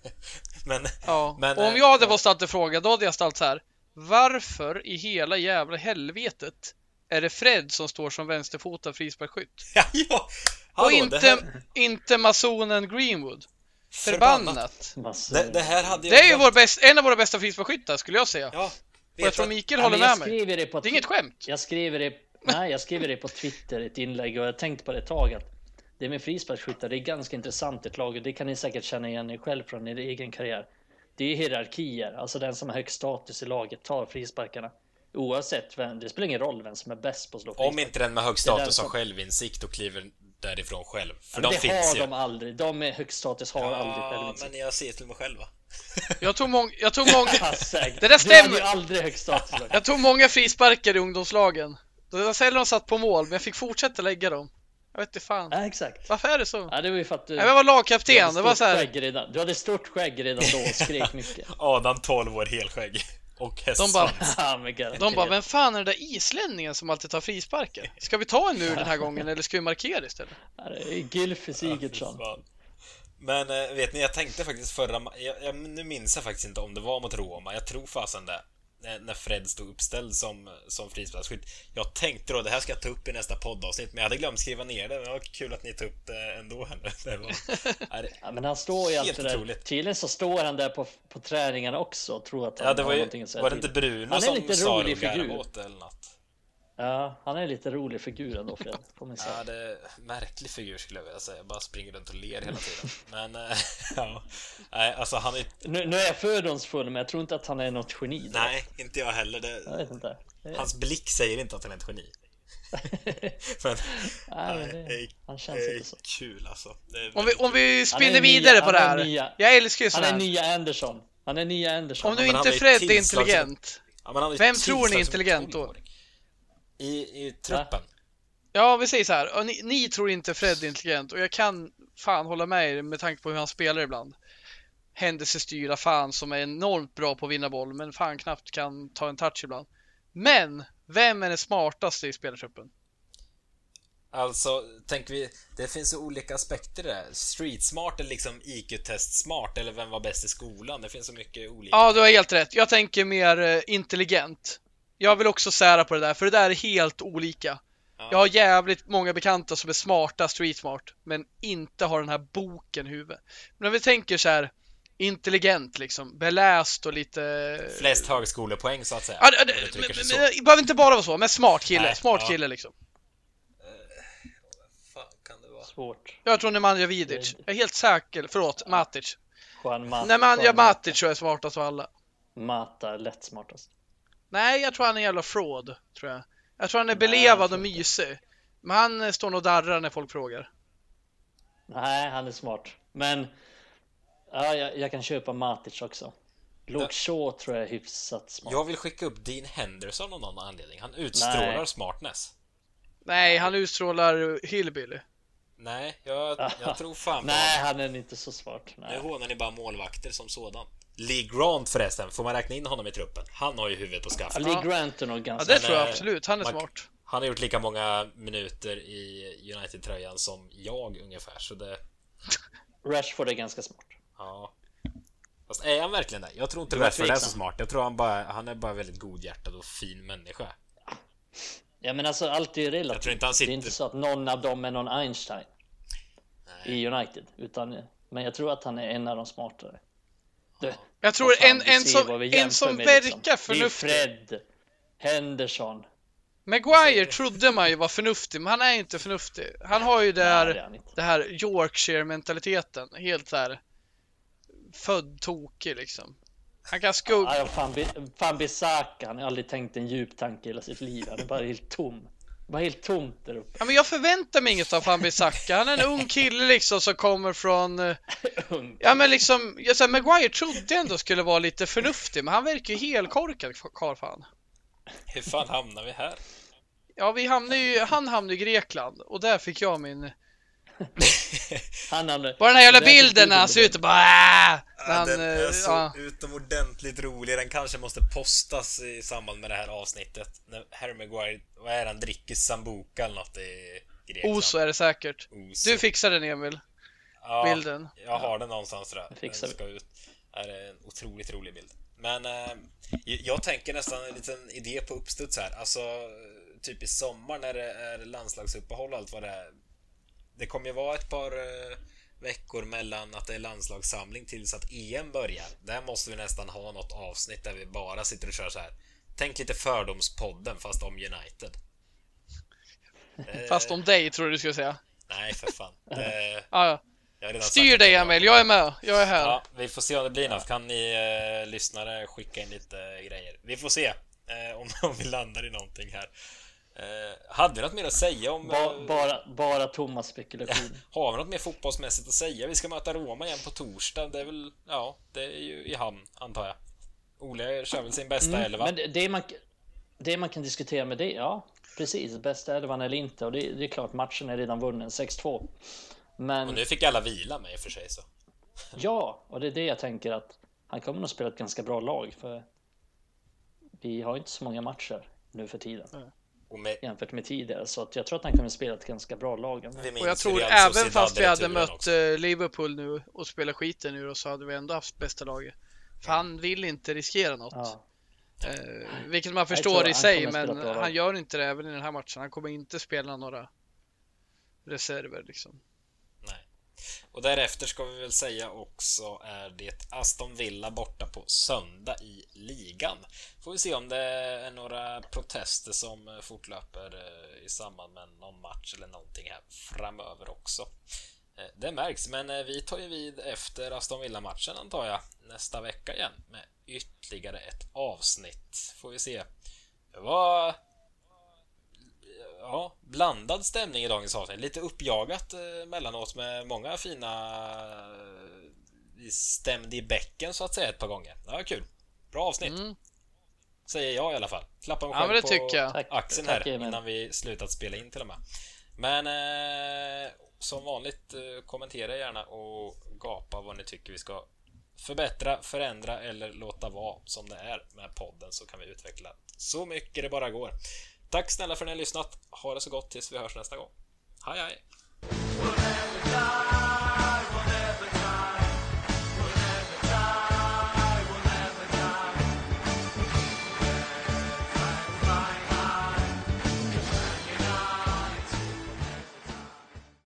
men, ja, men, och om jag hade ja. fått ställt en fråga, då hade jag ställt så här: varför i hela jävla helvetet är det Fred som står som vänsterfotad frisparksskytt? Ja, ja. Hallå, och inte, här... inte masonen Greenwood. Förbannat. Det, det, här hade det är ju vår bäst, en av våra bästa frisparksskyttar, skulle jag säga. Ja, och jag tror Mikael håller med mig. Det, det är inget skämt. Jag skriver det, nej, jag skriver det på Twitter, ett inlägg, och jag har tänkt på det ett tag att det med frisparksskyttar, det är ganska intressant ett lag, och det kan ni säkert känna igen er själv från er egen karriär. Det är hierarkier, alltså den som har högst status i laget tar frisparkarna. Oavsett vem, det spelar ingen roll vem som är bäst på att slå frispark. Om inte den med högst status som... har självinsikt och kliver därifrån själv. För ja, de det finns har ju. de aldrig. De med högst status har ja, aldrig självinsikt. Men jag ser till mig själva. Jag tog många jag tog många det där stämmer ju aldrig högst status. Jag tog många frisparkar i ungdomslagen. Då var sällan satt på mål, men jag fick fortsätta lägga dem. Jag vet inte fan. Ja, exakt. Varför är det så? Ja, det var ju för att du, jag var lagkapten. Det var så här. Redan. Du hade stort skägg redan då och skrek mycket. Adam tolv år helskägg. Och de bara, de bara, vem fan är det där islänningen som alltid tar frisparkar? Ska vi ta en mur den här gången eller ska vi markera istället? Ja, det är Gylfi Sigurdsson. Ja, men vet ni, jag tänkte faktiskt förra, jag, jag, nu minns jag faktiskt inte om det var mot Roma. Jag tror fasen det. När Fred stod uppställd som, som frisparksskytt. Jag tänkte då, det här ska jag ta upp i nästa poddavsnitt, men jag hade glömt skriva ner det. Men det var kul att ni tog upp det ändå här. Det var, det ja, men han står ju alltid där. Tydligen så står han där på, på träningarna också och tror att han ja, det var har ju, någonting att säga. Var det inte Bruno han är som lite sa rolig figur åt eller något? Ja, han är lite rolig figur ändå, Fred. Ja, det är märklig figur skulle jag vilja säga. Bara springer runt och ler hela tiden. Men, ja. Nej, alltså han är... Nu, nu är jag fördomsfull, men jag tror inte att han är något geni. Då. Nej, inte jag heller. Det... Jag vet inte. Hans blick säger inte att han är ett geni. men, nej, men det... Han känns det är inte så. Kul alltså. Om vi, om vi spinner vidare nya, på det här. Nya, jag älskar ju Han är nya Anderson. Han är nya Anderson. Om nu ja, inte Fred är intelligent. Ja, vem tror ni är intelligent då? I, i truppen. Ja, vi säger så här. Ni, ni tror inte Fred är intelligent. Och jag kan fan hålla med er med tanke på hur han spelar ibland. händelsestyra fan som är enormt bra på att vinna boll, men fan knappt kan ta en touch ibland. Men vem är den smartaste i spelartruppen? Alltså, tänker vi, det finns så olika aspekter där. Street smart eller liksom I Q-test smart, eller vem var bäst i skolan? Det finns så mycket olika. Ja, du har helt rätt. Jag tänker mer eh, intelligent. Jag vill också sära på det där, för det där är helt olika. Ja. Jag har jävligt många bekanta som är smarta, street smart, men inte har den här boken i huvudet. Men om vi tänker så här, intelligent liksom, beläst och lite... Flest högskolepoäng så att säga. Ja, det, det, Om du trycker sig men, så. men, det behöver inte bara vara så, men smart kille, Nej, smart ja. kille liksom. Fan kan det vara? Svårt. Jag tror Nemanja Vidic. Jag är helt säker, förlåt, Matic. Juan Mata. Nemanja Matic tror jag är smartast av alla. Mata är lätt smartast. Nej, jag tror han är en jävla fraud, tror jag. Jag tror han är Nej, belevad jag och tror inte. mysig. Men han eh, står nog och darrar när folk frågar. Nej, han är smart. Men ja, jag, jag kan köpa Matic också. Luke Shaw tror jag är hyfsat smart. Jag vill skicka upp Dean Henderson av någon anledning. Han utstrålar Nej. smartness. Nej, han utstrålar hillbilly. Nej, jag, jag tror fan på Nej, honom. han är inte så smart. Nu Nej. hånar ni bara målvakter som sådan. Lee Grant förresten, får man räkna in honom i truppen? Han har ju huvudet på Ja, skaft. Lee Grant är nog Ja, ganska... det tror jag eh, absolut. Han är man- smart. Han har gjort lika många minuter i United-tröjan som jag ungefär, så det... Rashford är ganska smart. Ja. Fast är han verkligen det? Jag tror inte Du var Rashford är så tveksam. smart. Jag tror han bara, han är bara väldigt godhjärtad och fin människa. Ja, men alltså allt är ju relativt. Jag tror inte han Det sitter- är inte så att någon av dem är någon Einstein Nej. i United. Utan, men jag tror att han är en av de smartare. Det, Jag tror vad fan, en, vi en ser som, vad vi en jämför som med, verkar liksom. Det är förnuftig. Fred, Henderson. Maguire trodde man ju var förnuftig, men han är inte förnuftig. Han har ju det Nej, här, det är han inte. det här Yorkshire-mentaliteten. Helt så här född tokig liksom. Han kan skugga... Ja, fan, Bi- fan Bissaka, han har aldrig tänkt en djup tanke i hela sitt liv. Han är bara helt tom. Bara helt tomt där uppe. Ja, men jag förväntar mig inget av Wan-Bissaka. Han är en ung kille liksom som kommer från... eh, Ung. Ja, men liksom... Jag säger, Maguire trodde ändå skulle vara lite förnuftig, men han verkar ju helkorkad, karl fan. Hur fan hamnar vi här? Ja, vi hamnade ju... Han hamnade i Grekland, och där fick jag min... Han hade... Bara den här jävla det är bilden när han typ- ser ut och bara... Äh, när Ja, han, den är eh, så ja. utomordentligt rolig. Den kanske måste postas i samband med det här avsnittet. När Harry Maguire, vad är han, dricker sambuca eller något i Grekland. Oso är det säkert. Oso. Du fixar den, Emil. Ja, bilden. Jag har den någonstans tror jag. Det fixar Den ska ut. Det är en otroligt rolig bild. Men eh, jag tänker nästan en liten idé på uppstuds här. Alltså, typ i sommar när det är landslagsuppehåll och allt vad det är. Det kommer ju vara ett par eh, veckor mellan att det är landslagssamling tills att E M börjar. Där måste vi nästan ha något avsnitt där vi bara sitter och kör så här. Tänk lite Fördomspodden fast om United. Eh, Fast om dig, tror du du skulle säga. Nej, för fan. Eh, Ja, ja. jag har redan sagt Styr att dig, det är Emil. bra. Jag är med. Jag är här. Ja, vi får se om det blir något. Kan ni eh, lyssnare skicka in lite eh, grejer? Vi får se eh, om, om vi landar i någonting här. Eh, hade vi något mer att säga om... Ba, eh, bara, bara tomma spekulationer. Har vi något mer fotbollsmässigt att säga? Vi ska möta Roma igen på torsdag. Det är väl... Ja, det är ju i hamn, antar jag. Ole kör väl sin bästa Mm, elva. men det, det, man, det man kan diskutera med det, ja precis, bästa elvan eller inte. Och det, det är klart, matchen är redan vunnen, sex två. Men Och nu fick alla vila med i och för sig så. ja, och det är det jag tänker att han kommer nog spela ett ganska bra lag. För vi har inte så många matcher nu för tiden Och med, jämfört med tidigare. Så att jag tror att han kommer spela ett ganska bra lag. vi minns Och jag tror Real även Sociedad fast vi hade returen mött också. eh, Liverpool nu och spelat skiten nu, och så hade vi ändå haft bästa laget. För han vill inte riskera något. Ja. Eh, vilket man tror förstår i han sig, kommer spela men ett bra lag. han gör inte det även i den här matchen. Han kommer inte spela några reserver liksom. Nej. Och därefter ska vi väl säga också är det Aston Villa borta på söndag i ligan. Får vi se om det är några protester som fortlöper eh, i samband med någon match eller någonting här framöver också. Eh, Det märks, men eh, vi tar ju vid efter Aston Villa-matchen antar jag nästa vecka igen med ytterligare ett avsnitt. Får vi se. Det var ja, blandad stämning i dagens avsnitt. Lite uppjagat eh, mellanåt med många fina eh, vi stämde i bäcken så att säga ett par gånger. Det var kul. Bra avsnitt. Mm. Säger jag i alla fall. Klappa mig Ja, själv men det på tycker jag. Tack, axeln tack, här Emil. innan vi slutat spela in till och med. Men eh, som vanligt eh, kommentera gärna och gapa vad ni tycker vi ska förbättra, förändra eller låta vara som det är med podden, så kan vi utveckla så mycket det bara går. Tack snälla för att ni har lyssnat. Ha det så gott tills vi hörs nästa gång. Hej hej!